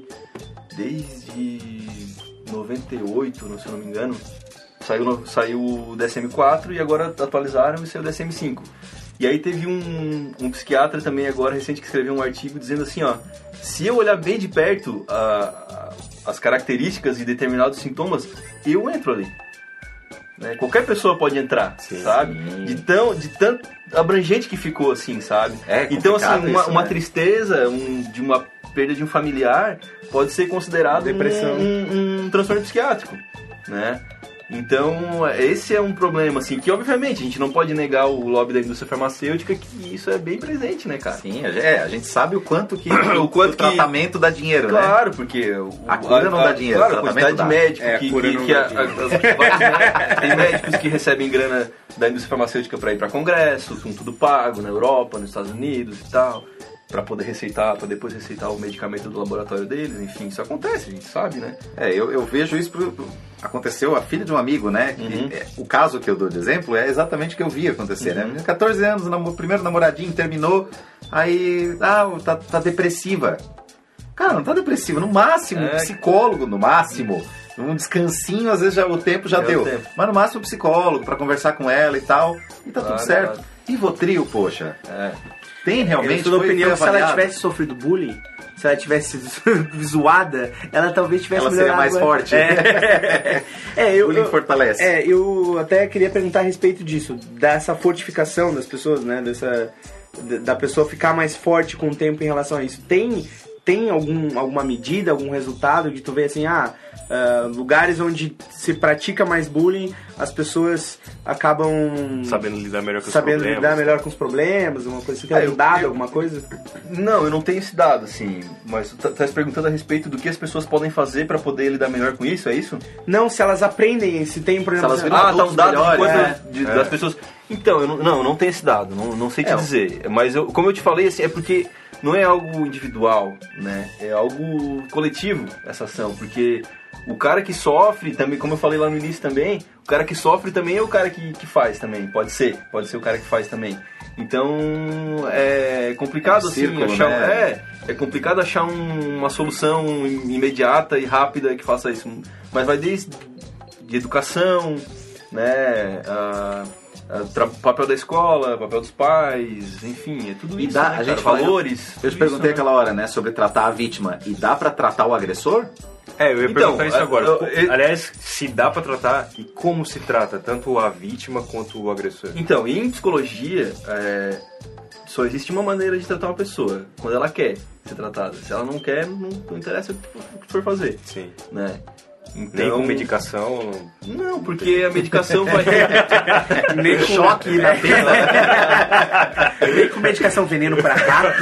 98, se eu não me engano, saiu o DSM-4 e agora atualizaram e saiu o DSM-5. E aí teve um psiquiatra também agora recente que escreveu um artigo dizendo assim, ó, se eu olhar bem de perto as características e determinados sintomas, eu entro ali. Né? Qualquer pessoa pode entrar, sabe? De tão abrangente que ficou, assim, sabe? Então, assim, uma tristeza, de uma perda de um familiar, pode ser considerado depressão. Um transtorno psiquiátrico, né? Então, esse é um problema, assim, que obviamente a gente não pode negar o lobby da indústria farmacêutica, que isso é bem presente, né, cara? Sim, a gente sabe o quanto que o tratamento dá dinheiro, né? Claro, porque a cura não dá dinheiro, claro, a quantidade de médicos tem médicos que recebem grana da indústria farmacêutica para ir para congresso, com tudo pago, na Europa, nos Estados Unidos e tal. pra poder receitar, pra depois receitar o medicamento do laboratório deles, enfim, isso acontece, a gente sabe, né? Eu vejo isso, aconteceu a filha de um amigo, né? Que, o caso que eu dou de exemplo é exatamente o que eu vi acontecer, né? 14 anos, primeiro namoradinho, terminou, aí, tá depressiva. Cara, não tá depressiva, no máximo, psicólogo, no máximo. Um descansinho, às vezes o tempo já deu. Mas no máximo psicólogo, pra conversar com ela e tal, e tá tudo certo. Claro. E Rivotril, poxa, tem realmente... Eu sou da opinião que se ela tivesse sofrido bullying, se ela tivesse sido zoada, ela talvez tivesse ela seria mais forte. Bullying fortalece. Eu até queria perguntar a respeito disso, dessa fortificação das pessoas, né? Da pessoa ficar mais forte com o tempo em relação a isso. Tem alguma medida, algum resultado de tu ver assim, lugares onde se pratica mais bullying, as pessoas acabam sabendo lidar melhor com os problemas, uma coisa assim, tem um dado, alguma coisa? Não, eu não tenho esse dado, assim, mas tu tá se perguntando a respeito do que as pessoas podem fazer pra poder lidar melhor com isso, é isso? Não, se elas aprendem, se tem, por exemplo... tá um dado de coisa das pessoas... Então, eu não tenho esse dado, não sei te dizer, mas como eu te falei, assim, é porque não é algo individual, né? É algo coletivo, essa ação, porque o cara que sofre, também, como eu falei lá no início também, o cara que sofre também é o cara que faz também, pode ser o cara que faz também. Então, é complicado círculo, assim, achar, né? é complicado achar uma solução imediata e rápida que faça isso, mas vai desde de educação, né, papel da escola, papel dos pais, enfim, é tudo isso, a gente valores. Eu te perguntei aquela hora, né, sobre tratar a vítima. E dá pra tratar o agressor? Eu ia perguntar isso agora. Aliás, se dá pra tratar e como se trata, tanto a vítima quanto o agressor? Então, em psicologia, só existe uma maneira de tratar uma pessoa, quando ela quer ser tratada. Se ela não quer, não interessa o que for fazer. Sim. Né? Então, nem com medicação? Não, porque a medicação vai... Nem com choque na tela. Nem com medicação veneno pra rato.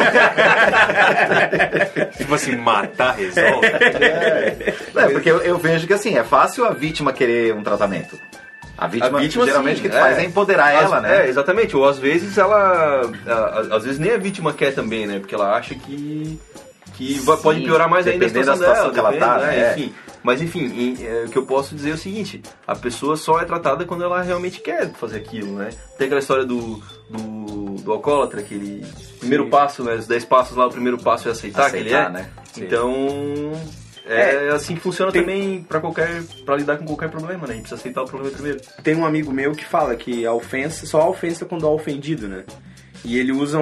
Tipo assim, matar resolve? Porque eu vejo que assim, é fácil a vítima querer um tratamento. A vítima geralmente o que faz é empoderar ela, né? Exatamente. Ou às vezes às vezes nem a vítima quer também, né? Porque ela acha que pode piorar mais ainda a situação dela, que ela tá, né? Enfim. Mas enfim, o que eu posso dizer é o seguinte: a pessoa só é tratada quando ela realmente quer fazer aquilo, né? Tem aquela história do alcoólatra, aquele primeiro passo, né? Os 10 passos lá, o primeiro passo é aceitar que ele é. Né? Então, assim que funciona também pra lidar com qualquer problema, né? A gente precisa aceitar o problema primeiro. Tem um amigo meu que fala que só a ofensa quando é ofendido, né? E ele usa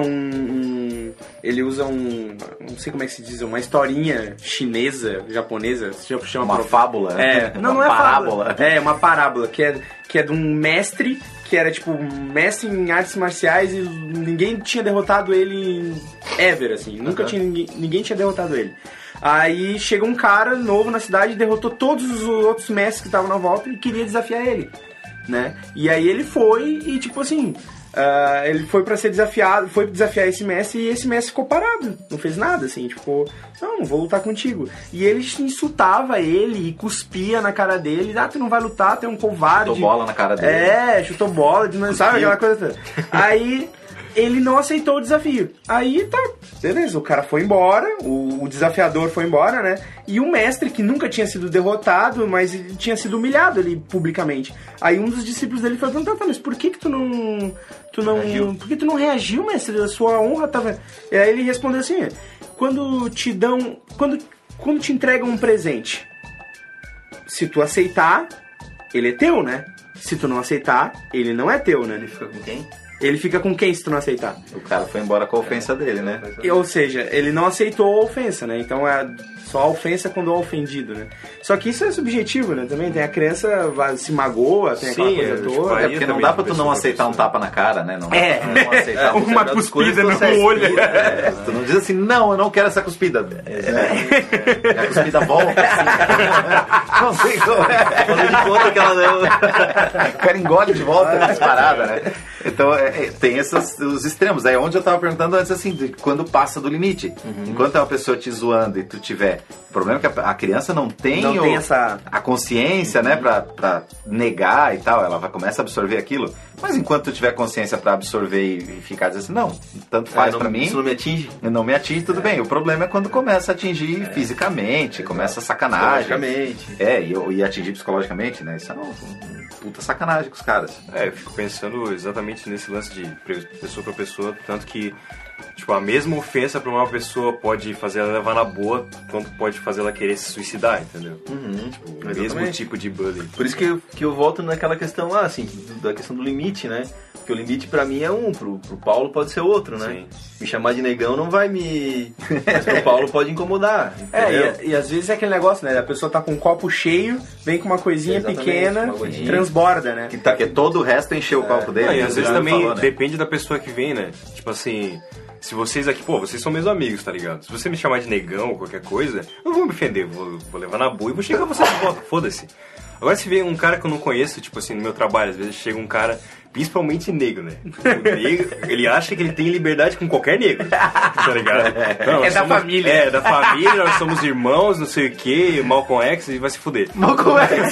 não sei como é que se diz, uma historinha chinesa, japonesa, se chama uma fábula. Não é parábola. É uma parábola que é de um mestre que era tipo um mestre em artes marciais e ninguém tinha derrotado ele ever, assim, ninguém tinha derrotado ele. Aí chega um cara novo na cidade e derrotou todos os outros mestres que estavam na volta e queria desafiar ele, né? E aí ele foi e tipo assim, ele foi pra ser desafiado, foi desafiar esse mestre e esse mestre ficou parado, não fez nada, assim, tipo, não vou lutar contigo. E ele insultava ele e cuspia na cara dele, tu não vai lutar, tu é um covarde. Chutou bola na cara dele. Chutou bola, sabe aquela coisa toda. Aí ele não aceitou o desafio. Aí tá, beleza, o cara foi embora, o desafiador foi embora, né? E o mestre, que nunca tinha sido derrotado, mas tinha sido humilhado ali publicamente. Aí um dos discípulos dele foi perguntar, mas por que tu não por que tu não reagiu, mestre? A sua honra tava... E aí ele respondeu assim, quando te entregam um presente, se tu aceitar, ele é teu, né? Se tu não aceitar, ele não é teu, né? Ele fica com quem? Ele fica com quem se tu não aceitar? O cara foi embora com a ofensa dele, né? Ou seja, ele não aceitou a ofensa, né? Então é só a ofensa quando é ofendido, né? Só que isso é subjetivo, né? Também tem a criança se magoa, tem aquela coisa toda. Porque não dá pra tu não aceitar um tapa na cara, né? Não dá pra tu não aceitar uma cuspida no olho. Tu não diz assim, não, eu não quero essa cuspida. E a cuspida volta assim. Não sei como é. Falando de conta que ela não... O cara engole de volta disparada, né? Então tem os extremos. Aí onde eu tava perguntando antes, assim, de quando passa do limite. Enquanto é uma pessoa te zoando e tu tiver... O problema é que a criança não tem a consciência, né, pra negar e tal. Ela começa a absorver aquilo. Mas enquanto tu tiver consciência pra absorver e ficar dizendo assim, não, tanto faz pra mim... Isso não me atinge? Não me atinge, tudo bem. O problema é quando começa a atingir fisicamente, começa a sacanagem. Psicologicamente. E atingir psicologicamente, né? Isso é uma puta sacanagem com os caras. Eu fico pensando exatamente nesse lance de pessoa pra pessoa, tanto que, tipo, a mesma ofensa pra uma pessoa pode fazer ela levar na boa, quanto pode fazer ela querer se suicidar, entendeu? Tipo, o mesmo tipo de bullying. Por isso que eu volto naquela questão lá, assim, da questão do limite, né? Porque o limite pra mim é um, pro Paulo pode ser outro, né? Sim. Me chamar de negão não vai me... Mas pro Paulo pode incomodar, entendeu? E às vezes é aquele negócio, né? A pessoa tá com um copo cheio, vem com uma coisinha pequena, transborda, né? Porque todo o resto encheu o copo dele. E às vezes também depende da pessoa que vem, né? Tipo assim... Se vocês aqui, vocês são meus amigos, tá ligado? Se você me chamar de negão ou qualquer coisa, eu não vou me ofender, vou levar na boa e vou chegar você de volta, foda-se. Agora se vem um cara que eu não conheço, tipo assim, no meu trabalho, às vezes chega um cara, principalmente negro, né? O negro, ele acha que ele tem liberdade com qualquer negro, tá ligado? Não, da família. É, da família, nós somos irmãos, não sei o que, Malcolm X, e vai se fuder. Malcolm X.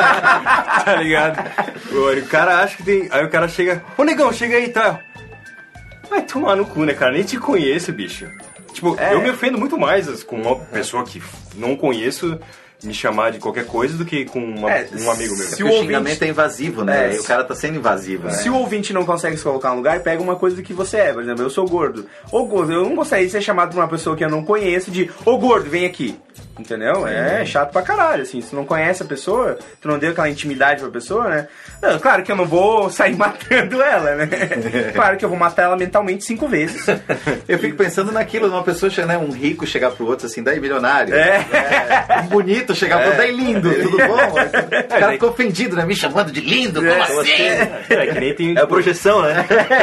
Tá ligado? O cara acha que tem... Aí o cara chega, ô negão, chega aí, tá? Vai tomar no cu, né, cara? Nem te conheço, bicho. Tipo, eu me ofendo muito mais com uma pessoa que não conheço me chamar de qualquer coisa do que com um amigo meu. Se o xingamento é invasivo, né? E o cara tá sendo invasivo, né? Se o ouvinte não consegue se colocar no lugar, pega uma coisa do que você é. Por exemplo, eu sou gordo. Ô gordo, eu não gostaria de ser chamado por uma pessoa que eu não conheço de ô gordo, vem aqui. Entendeu? É chato pra caralho, assim. Se tu não conhece a pessoa, tu não deu aquela intimidade pra pessoa, né? Não, claro que eu não vou sair matando ela, né? Claro que eu vou matar ela mentalmente 5 vezes. Eu fico pensando naquilo, uma pessoa, né, um rico chegar pro outro assim, daí milionário. Um bonito chegar pro outro, daí lindo, tudo bom? O cara ficou ofendido, né? Me chamando de lindo, como assim? Que nem tem... É a projeção, né?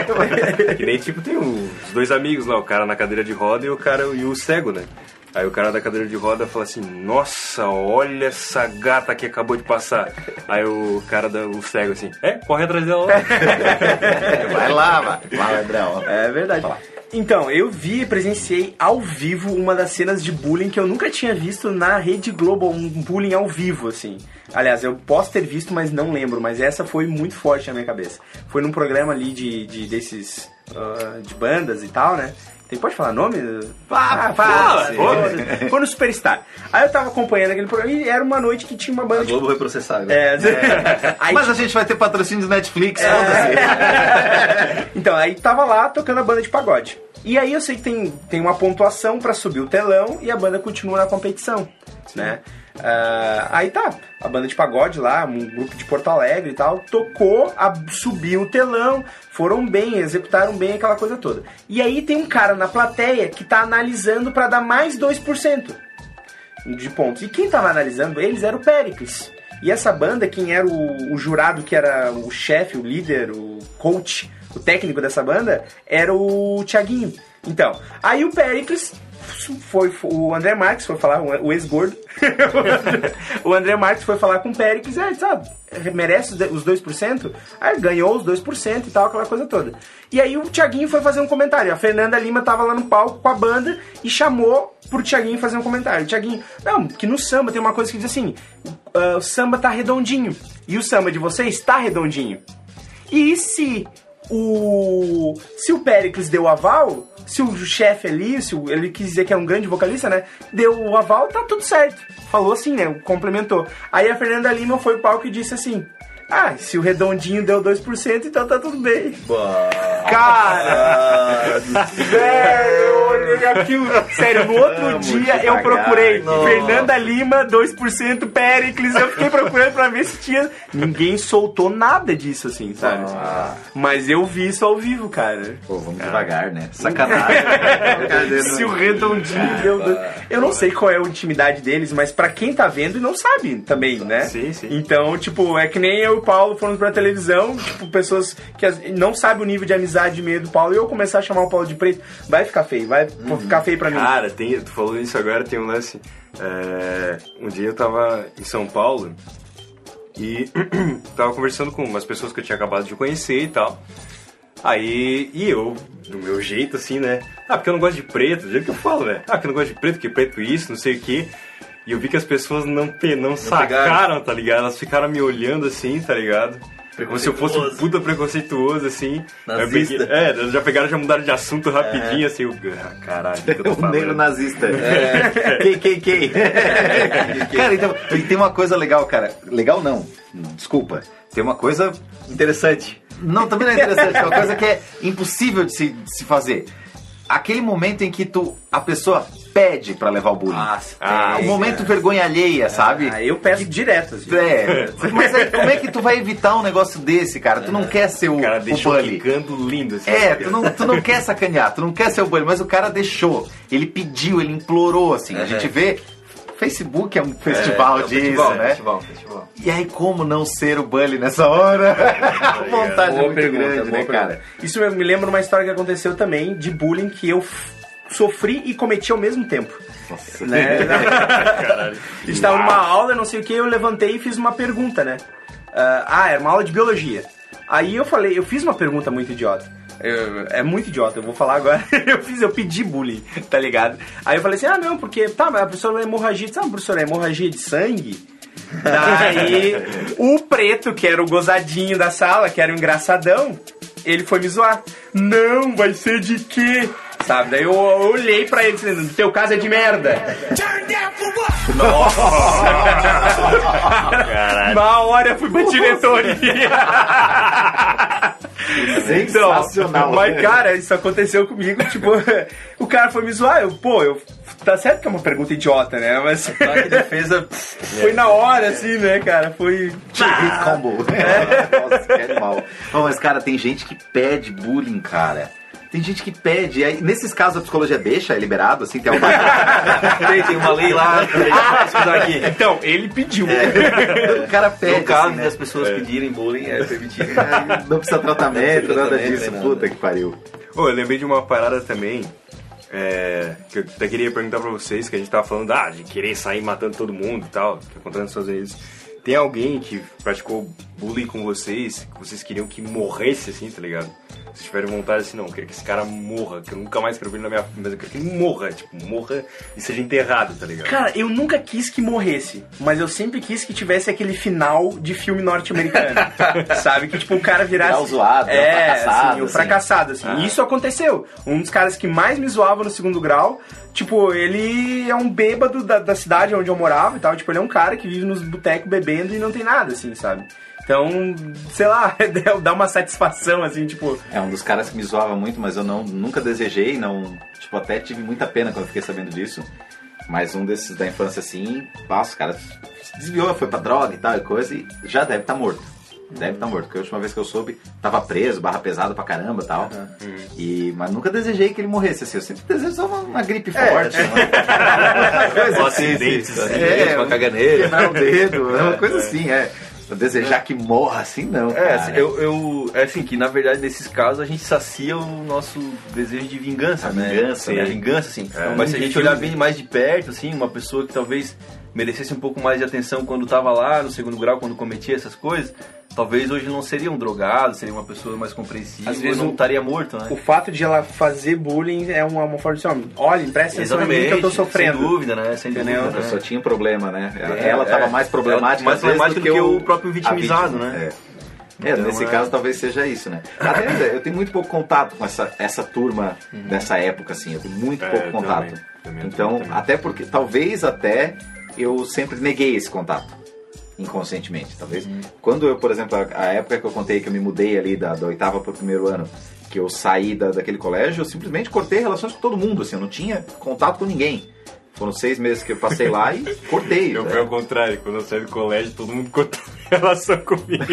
Que nem, tipo, tem os dois amigos lá, o cara na cadeira de roda e o cego, né? Aí o cara da cadeira de roda fala assim, nossa, olha essa gata que acabou de passar. Aí o cara o cego assim, corre atrás dela lá. Vai lá, ladrão. É verdade. Então, eu presenciei ao vivo uma das cenas de bullying que eu nunca tinha visto na Rede Globo, um bullying ao vivo, assim. Aliás, eu posso ter visto, mas não lembro, mas essa foi muito forte na minha cabeça. Foi num programa ali desses, de bandas e tal, né? Pode falar nome? Fala! Foi no Superstar. Aí eu tava acompanhando aquele programa e era uma noite que tinha uma banda... A Globo vai processar agora. Mas a gente vai ter patrocínio do Netflix, Então, aí tava lá tocando a banda de pagode. E aí eu sei que tem uma pontuação pra subir o telão e a banda continua na competição, né? Aí tá, a banda de pagode lá, um grupo de Porto Alegre e tal, tocou, subiu o telão, foram bem, executaram bem aquela coisa toda. E aí tem um cara na plateia que tá analisando pra dar mais 2% de pontos. E quem tava analisando eles era o Péricles. E essa banda, quem era o jurado, que era o chefe, o líder, o coach, o técnico dessa banda, era o Thiaguinho. Então, aí o Péricles... o André Marques foi falar, o ex-gordo, o André Marques foi falar com o Péricles, sabe, merece os 2%? Aí ganhou os 2% e tal, aquela coisa toda. E aí o Thiaguinho foi fazer um comentário, a Fernanda Lima tava lá no palco com a banda e chamou pro Thiaguinho fazer um comentário. O Thiaguinho, não, que no samba tem uma coisa que diz assim, o samba tá redondinho, e o samba de vocês tá redondinho. E se o Péricles deu aval, se o chefe ali, se ele quis dizer que é um grande vocalista, né, deu o aval, tá tudo certo. Falou assim, né, complementou. Aí a Fernanda Lima foi pro palco e disse assim, se o redondinho deu 2%, então tá tudo bem. Cara, velho, olha aquilo. Sério, no outro dia eu procurei Fernanda Lima, 2%, Péricles, eu fiquei procurando pra ver se tinha... Ninguém soltou nada disso, assim, sabe? Mas eu vi isso ao vivo, cara. Pô, vamos devagar, né? Sacanagem. Se o redondinho deu... Eu não sei qual é a intimidade deles, mas pra quem tá vendo não sabe também, né? Sim. Então, tipo, é que nem eu e o Paulo fomos pra televisão, tipo, pessoas que não sabem o nível de amizade e meio do Paulo, e eu começar a chamar o Paulo de preto, vai ficar feio, vai ficar feio pra mim. Cara, tu falou isso agora, tem um lance. Um dia eu tava em São Paulo e tava conversando com umas pessoas que eu tinha acabado de conhecer e tal. Aí, e eu, do meu jeito, assim, né? Ah, porque eu não gosto de preto, do jeito que eu falo, né? Ah, porque eu não gosto de preto, porque preto isso, não sei o quê. E eu vi que as pessoas não sacaram, tá ligado? Elas ficaram me olhando assim, tá ligado? Como se eu fosse um puta preconceituoso, assim. Nazista. Elas já pegaram, já mudaram de assunto rapidinho, assim. Caralho, o que eu tô O falando? negro nazista. KKK. Cara, então, tem uma coisa legal, cara. Legal não, desculpa. Tem uma coisa... Interessante. Não, também não é interessante. É uma coisa que é impossível de se fazer. Aquele momento em que a pessoa pede pra levar o bullying. O momento vergonha alheia, sabe? Eu peço direto, assim. Mas aí, como é que tu vai evitar um negócio desse, cara? Tu não quer ser o cara deixou bully. ficando lindo, assim. Tu não quer sacanear, tu não quer ser o bully, mas o cara deixou. Ele pediu, ele implorou, assim. A gente vê... Facebook é um festival disso, né? Festival. E aí, como não ser o bully nessa hora? A vontade é muito grande, né, cara? Isso me lembra uma história que aconteceu também de bullying que eu sofri e cometi ao mesmo tempo. Nossa. Né? Estava numa aula, não sei o que, eu levantei e fiz uma pergunta, né? Era uma aula de biologia. Aí eu fiz uma pergunta muito idiota. É muito idiota, eu vou falar agora. Eu pedi bullying, tá ligado? Aí eu falei assim, não, porque, mas a professora é hemorragia. Sabe, professora, é hemorragia de sangue? Daí, o preto, que era o gozadinho da sala, que era o engraçadão, ele foi me zoar. Não, vai ser de quê? Sabe? Daí eu olhei pra ele dizendo, no teu caso é de merda. Nossa! Caralho. Na hora eu fui pra diretoria. Sensacional. Mas, cara, isso aconteceu comigo, tipo, o cara foi me zoar, tá certo que é uma pergunta idiota, né, mas... A defesa... Foi na hora, assim, né, cara, foi... Combo. Nossa, que animal. Não, mas, cara, tem gente que pede bullying, cara. Tem gente que pede, e aí, nesses casos a psicologia deixa, é liberado, assim, tem alguma... Tem uma lei lá, aqui. Então, ele pediu. O cara pede, No caso assim, das pessoas pedirem bullying, é permitido. Não precisa tratamento, Não precisa nada tratamento, disso, nem puta nada. que pariu. Eu lembrei de uma parada também, que eu até queria perguntar pra vocês, que a gente tava falando de querer sair matando todo mundo e tal, que acontece nos Estados Unidos. Tem alguém que praticou bullying com vocês, que vocês queriam que morresse, assim, tá ligado? Se tiverem vontade, assim, não, eu queria que esse cara morra, que eu nunca mais quero ver ele na minha vida, mas eu quero que ele morra, tipo, morra e seja enterrado, tá ligado? Cara, eu nunca quis que morresse, mas eu sempre quis que tivesse aquele final de filme norte-americano, sabe? Que, tipo, o cara virasse... Virar o zoado, fracassado, o assim. fracassado, assim. E isso aconteceu. Um dos caras que mais me zoava no segundo grau, tipo, ele é um bêbado da cidade onde eu morava e tal, tipo, ele é um cara que vive nos botecos bebendo e não tem nada, assim, sabe? Então, sei lá, dá uma satisfação, assim, tipo... É um dos caras que me zoava muito, mas eu nunca desejei, tipo, até tive muita pena quando eu fiquei sabendo disso. Mas um desses da infância, assim, os caras se desviou, foi pra droga e tal e coisa, e já deve estar morto. Deve estar morto, porque a última vez que eu soube, tava preso, barra pesado pra caramba e tal. Mas nunca desejei que ele morresse, assim. Eu sempre desejo só uma gripe forte. Uma coisa assim. Acidentes, uma uma caganeira. quebrar o dedo, uma coisa assim, Pra desejar que morra assim, não, cara. Assim, que na verdade nesses casos a gente sacia o nosso desejo de vingança, né? Vingança, A né? vingança, assim. Mas se a gente olhar bem mais de perto, assim, uma pessoa que talvez merecesse um pouco mais de atenção quando estava lá no segundo grau, quando cometia essas coisas, talvez hoje não seria um drogado, seria uma pessoa mais compreensiva, Às vezes não estaria morto, né? O fato de ela fazer bullying é uma forma de dizer, olha, presta atenção em mim que eu tô sofrendo. Sem dúvida, né? Sem Entendeu? dúvida, Eu né? só tinha um problema, né? Ela tava mais problemática, mais às vezes, problemática do que o próprio vitimizado, vítima, né? Então, nesse caso talvez seja isso, né? Até eu tenho muito pouco contato com essa turma dessa época, assim. Eu tenho muito pouco contato. Também. Até porque, talvez até eu sempre neguei esse contato. Inconscientemente, talvez. Quando eu, por exemplo, a época que eu contei que eu me mudei ali da 8ª pro 1º ano, que eu saí daquele colégio, eu simplesmente cortei relações com todo mundo, assim. Eu não tinha contato com ninguém. Foram 6 meses que eu passei lá e cortei. Eu fui ao contrário, quando eu saí do colégio, todo mundo cortou relação comigo.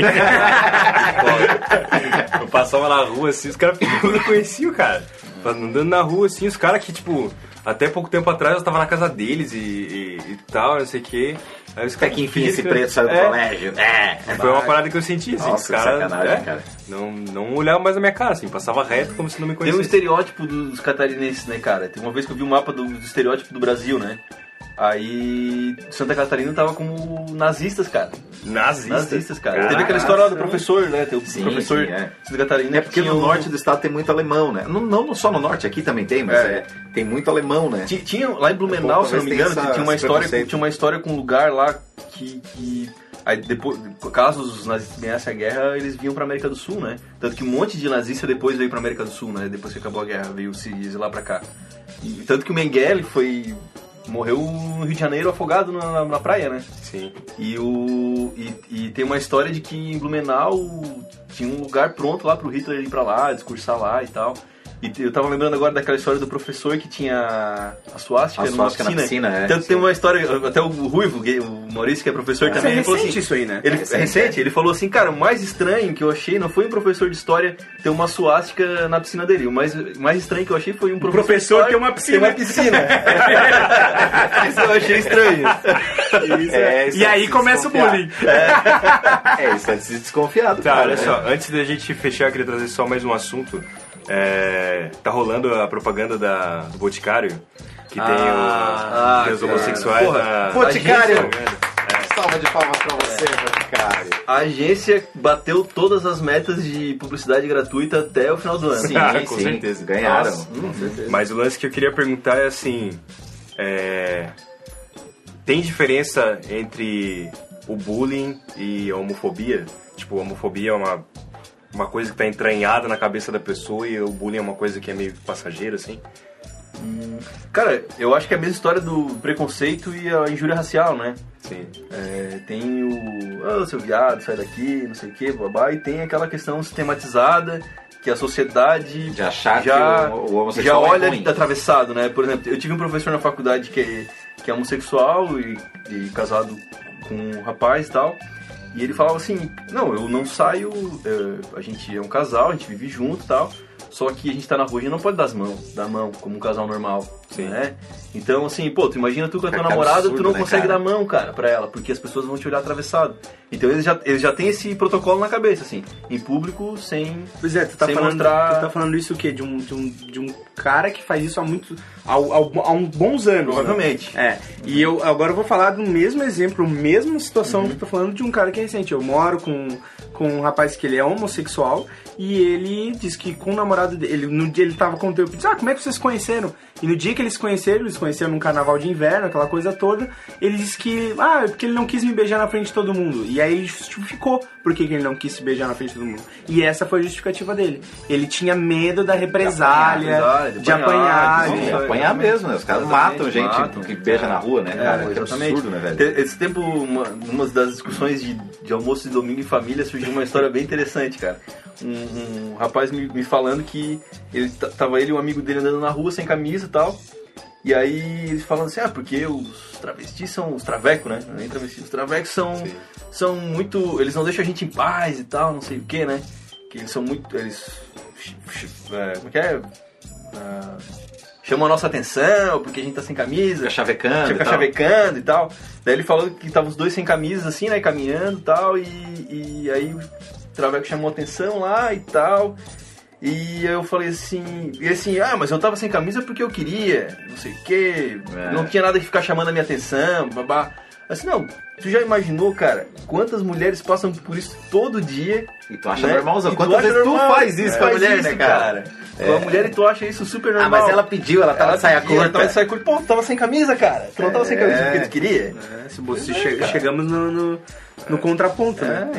Eu passava na rua assim, os caras me conheciam, cara. Andando na rua assim, os caras que, tipo, até pouco tempo atrás eu tava na casa deles e tal, não sei o quê. Aí os Até que enfim esse preto saiu do colégio. Foi uma parada que eu senti, assim, Nossa, os caras sacanagem, cara. não olhavam mais na minha cara, assim, passava reto como se não me Tem um conhecesse. estereótipo dos catarinenses, né, cara? Tem uma vez que eu vi um mapa do estereótipo do Brasil, né? Aí Santa Catarina tava como nazistas, cara. Nazistas, cara. Caraca. Teve aquela história lá do professor, né? Tem o professor sim, de Santa Catarina. É porque no norte do estado tem muito alemão, né? Não só no norte, aqui também tem, mas tem muito alemão, né? Tinha lá em Blumenau, se eu não me engano, tinha uma história com um lugar lá que aí depois, caso os nazistas ganhassem a guerra, eles vinham pra América do Sul, né? Tanto que um monte de nazista depois veio pra América do Sul, né? Depois que acabou a guerra, veio se exilar pra cá. E tanto que o Mengele morreu no Rio de Janeiro afogado na praia, né? Sim. E tem uma história de que em Blumenau tinha um lugar pronto lá pro Hitler ir pra lá, discursar lá e tal. E eu tava lembrando agora daquela história do professor que tinha a suástica na piscina. Então tem uma história, até o Ruivo, o Maurício, que é professor também, ele falou assim, isso aí, né? É recente, ele falou assim, cara, o mais estranho que eu achei não foi um professor de história ter uma suástica na piscina dele. O mais estranho que eu achei foi um professor ter uma piscina. Isso eu achei estranho. E aí começa o bullying. Isso é desconfiado. Tá, olha só, antes da gente fechar, eu queria trazer só mais um assunto. Tá rolando a propaganda do Boticário, que tem os homossexuais na... Boticário! Salva de palmas pra você, Boticário. A agência bateu todas as metas de publicidade gratuita até o final do ano. Sim, com certeza. Ganharam. Certeza. Mas o lance que eu queria perguntar é assim... Tem diferença entre o bullying e a homofobia? Tipo, a homofobia é uma coisa que tá entranhada na cabeça da pessoa e o bullying é uma coisa que é meio passageira, assim? Cara, eu acho que é a mesma história do preconceito e a injúria racial, né? Sim. Tem o seu viado, sai daqui, não sei o que, babá, e tem aquela questão sistematizada que a sociedade de achar que o homossexual já olha é ruim. atravessado, né? Por exemplo, eu tive um professor na faculdade que é homossexual e casado com um rapaz e tal. E ele falava assim, não, eu não saio, a gente é um casal, a gente vive junto e tal, só que a gente tá na rua, a gente não pode dar mão como um casal normal, sim, né? Então, assim, pô, tu imagina tu com a tua Cara, namorada, absurdo, tu não né, consegue cara? dar mão, cara, pra ela, porque as pessoas vão te olhar atravessado. Então eles já têm esse protocolo na cabeça, assim, em público, sem... Pois é, tu tá falando isso o quê? De um cara que faz isso há uns bons anos. Provavelmente. Né? E eu agora vou falar do mesmo exemplo, mesma situação que eu tô falando de um cara que é recente. Eu moro com um rapaz que ele é homossexual e ele disse que com o namorado dele, no dia ele tava contando, eu disse, como é que vocês se conheceram? E no dia que eles se conheceram num carnaval de inverno, aquela coisa toda, ele disse que, porque ele não quis me beijar na frente de todo mundo. E aí ele justificou por que ele não quis se beijar na frente de todo mundo. E essa foi a justificativa dele. Ele tinha medo da represália, de apanhar. De apanhar mesmo, né? Os caras matam gente que beija na rua, né? Cara, que exatamente. absurdo, né, velho? Esse tempo, uma das discussões de almoço de domingo em família, surgiu uma história bem interessante, cara. Um rapaz me falando que tava ele e um amigo dele andando na rua sem camisa e tal. E aí eles falando assim, porque os travestis são os travecos, né? Nem travestis, os travecos são muito... Eles não deixam a gente em paz e tal, não sei o que, né? Que eles são muito... como é que é? Chamam a nossa atenção porque a gente tá sem camisa. Fica chavecando e tal. Daí ele falou que estavam os dois sem camisas assim, né? Caminhando e tal. E aí o traveco chamou a atenção lá e tal. E eu falei assim, mas eu tava sem camisa porque eu queria, não sei o quê, não tinha nada que ficar chamando a minha atenção, babá. Assim, não, tu já imaginou, cara, quantas mulheres passam por isso todo dia? E tu acha normalzão, quantas vezes tu faz isso com a mulher, né, cara? Com a mulher e tu acha isso super normal. Mas ela pediu, ela tava de saia curta. Ela tava de saia curta, pô, tu tava sem camisa, cara. Tu não tava sem camisa porque tu queria? Chegamos no contraponto, né?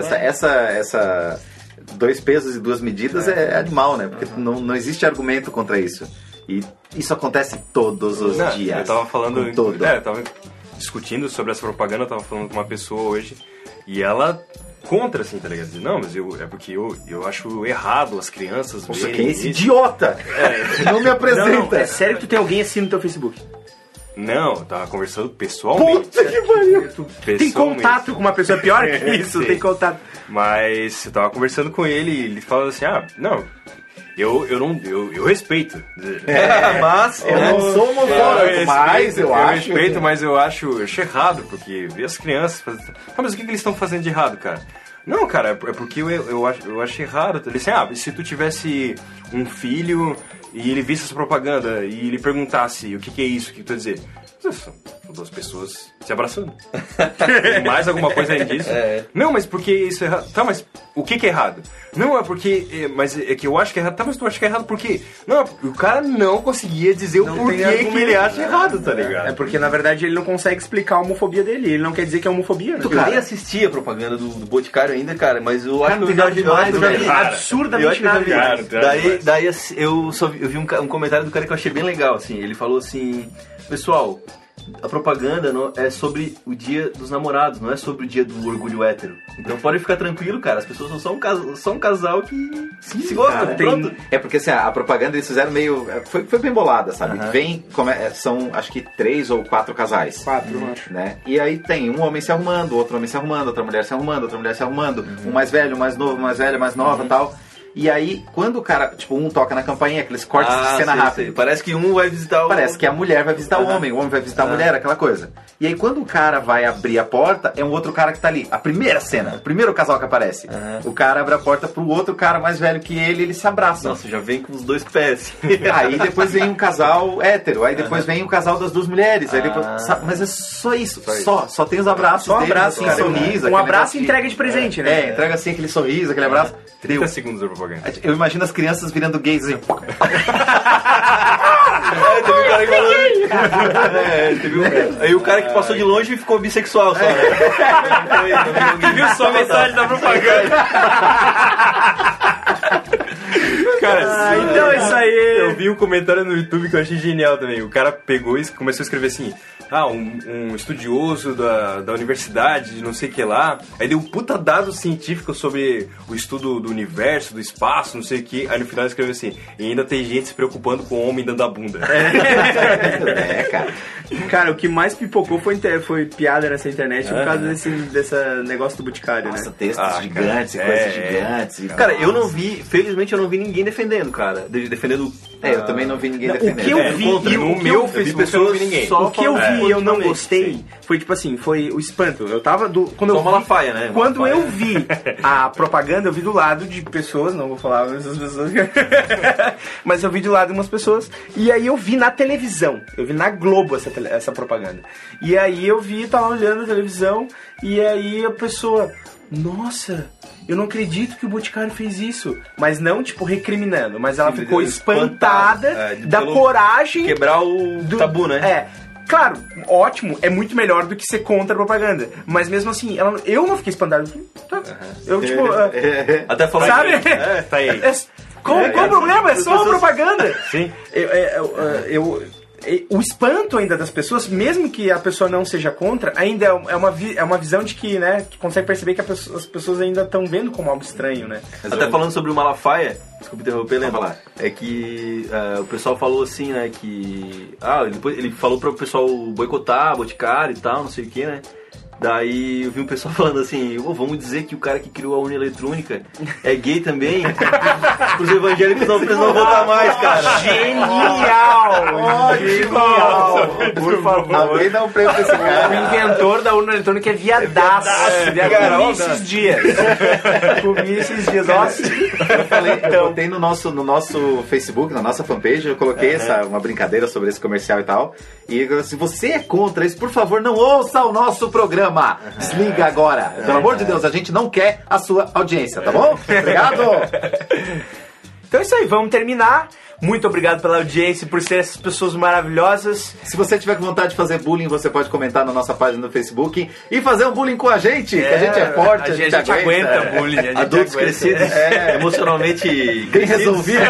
Essa dois pesos e duas medidas é animal, né? Porque não existe argumento contra isso. E isso acontece todos os dias. Eu tava falando... Eu tava discutindo sobre essa propaganda, eu tava falando com uma pessoa hoje, e ela contra, assim, tá ligado? Não, mas é porque eu acho errado as crianças verem que é esse idiota! Não me apresenta! Não, é sério que tu tem alguém assim no teu Facebook? Não, eu tava conversando pessoalmente. Puta que pariu! Tem contato com uma pessoa, pior que isso, tem contato. Mas eu tava conversando com ele e ele falou assim, não, eu respeito. Mas eu não sou homofóbico, mas eu acho... Eu respeito, mas eu acho errado, porque ver as crianças fazendo... mas o que eles estão fazendo de errado, cara? Não, cara, é porque eu acho errado. Ele disse assim, se tu tivesse um filho e ele visse essa propaganda e ele perguntasse o que é isso, o que tu vai dizer? duas pessoas se abraçando. Tem mais alguma coisa além disso? Não, mas porque isso é errado. Tá, mas o que é errado? Não, é porque... Mas é que eu acho que é errado. Tá, mas tu acha que é errado por quê? Não, é porque o cara não conseguia dizer o porquê que ele acha errado, tá ligado? É porque, na verdade, ele não consegue explicar a homofobia dele. Ele não quer dizer que é homofobia, né? Eu nem assisti a propaganda do Boticário ainda, cara, mas eu acho que eu já vi absurdamente nada. Daí eu vi um comentário do cara que eu achei bem legal, assim. Ele falou assim, pessoal, a propaganda é sobre o dia dos namorados, não é sobre o dia do orgulho hétero. Então pode ficar tranquilo, cara, as pessoas não são um casal que se gostam, cara, pronto. É porque assim, a propaganda eles fizeram meio... Foi bem bolada, sabe? São acho que 3 ou 4 casais. 4, eu acho. Né? E aí tem um homem se arrumando, outro homem se arrumando, outra mulher se arrumando, outra mulher se arrumando, um mais velho, um mais novo, mais velha, mais nova e tal. E aí, quando o cara, tipo, um toca na campainha, aqueles cortes de cena rápida. Parece que um vai visitar o... Parece que a mulher vai visitar o homem vai visitar a mulher, aquela coisa. E aí, quando o cara vai abrir a porta, é um outro cara que tá ali. A primeira cena, o primeiro casal que aparece. O cara abre a porta pro outro cara mais velho que ele, eles se abraçam. Nossa, já vem com os dois pés. Aí depois vem um casal hétero, aí depois vem o casal das duas mulheres. Aí depois, mas é só isso, só tem os abraços só deles, abraço, assim, cara. sorriso. Um abraço e entrega de presente, né? Entrega assim aquele sorriso, aquele abraço. 30 segundos da propaganda. Eu imagino as crianças virando gays assim. Teve um cara que falou... Aí o cara que passou de longe e ficou bissexual só, né? Viu só a mensagem da propaganda? Cara, então é isso aí. Eu vi um comentário no YouTube que eu achei genial também. O cara pegou e começou a escrever assim: um estudioso da universidade, de não sei o que lá. Aí deu um puta dado científico sobre o estudo do universo, do espaço, não sei o que. Aí no final ele escreveu assim: e ainda tem gente se preocupando com o homem dando a bunda. Cara. Cara, o que mais pipocou foi piada nessa internet por causa desse negócio do Boticário, Nossa, né? textos gigantes e coisas gigantes. Cara, eu não vi, felizmente eu não vi ninguém defendendo, cara. Defendendo... eu também não vi ninguém defendendo. O que eu vi, no meu Facebook eu não vi ninguém. O que eu vi e eu não gostei foi tipo assim, foi o espanto. Eu tava quando eu vi, Malafaia, né? Quando eu vi a propaganda, eu vi do lado de pessoas, não vou falar essas pessoas, mas eu vi do lado de umas pessoas, e aí eu vi na televisão, eu vi na Globo essa propaganda. E aí eu vi, tava olhando a televisão, e aí a pessoa, nossa, eu não acredito que o Boticário fez isso. Mas não, tipo, recriminando, mas ela ficou espantada da coragem... Quebrar o tabu, né? Claro, ótimo, é muito melhor do que ser contra a propaganda. Mas mesmo assim, eu não fiquei espantado. Eu, tipo... Até falar... Sabe? Tá aí. Qual o problema? É só uma propaganda. Sim. O espanto ainda das pessoas, mesmo que a pessoa não seja contra, ainda é uma visão de que, né, tu consegue perceber que as pessoas ainda estão vendo como algo estranho, né? Até falando sobre o Malafaia, desculpa interromper, lembra? É que o pessoal falou assim, né, que... depois ele falou para o pessoal boicotar, Boticário e tal, não sei o que, né? Daí eu vi um pessoal falando assim, vamos dizer que o cara que criou a urna eletrônica é gay também? Os evangélicos não precisam votar mais, cara. Genial! Genial! Por favor. Alguém dá um prêmio pra esse cara. O inventor da urna eletrônica é viadaço. Comi esses dias. Nossa. Eu botei no nosso Facebook, na nossa fanpage, eu coloquei uma brincadeira sobre esse comercial e tal. E se você é contra isso, por favor, não ouça o nosso programa. Desliga agora. Pelo amor de Deus, a gente não quer a sua audiência, tá bom? Obrigado. Então é isso aí, vamos terminar. Muito obrigado pela audiência, por ser essas pessoas maravilhosas. Se você tiver com vontade de fazer bullying, você pode comentar na nossa página no Facebook e fazer um bullying com a gente, que a gente é forte, a gente aguenta bullying. Adultos crescidos, emocionalmente bem resolvido.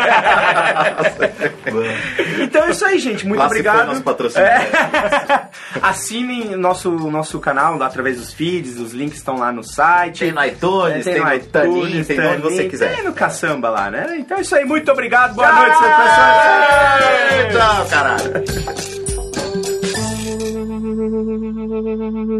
Então é isso aí, gente. Muito obrigado. Foi nosso patrocínio. Assinem nosso canal através dos feeds, os links estão lá no site. Tem no iTunes, tem no iTunes, tem onde você quiser. Tem no caçamba lá, né? Então é isso aí, muito obrigado. Boa noite, pessoal. Tchau, caralho.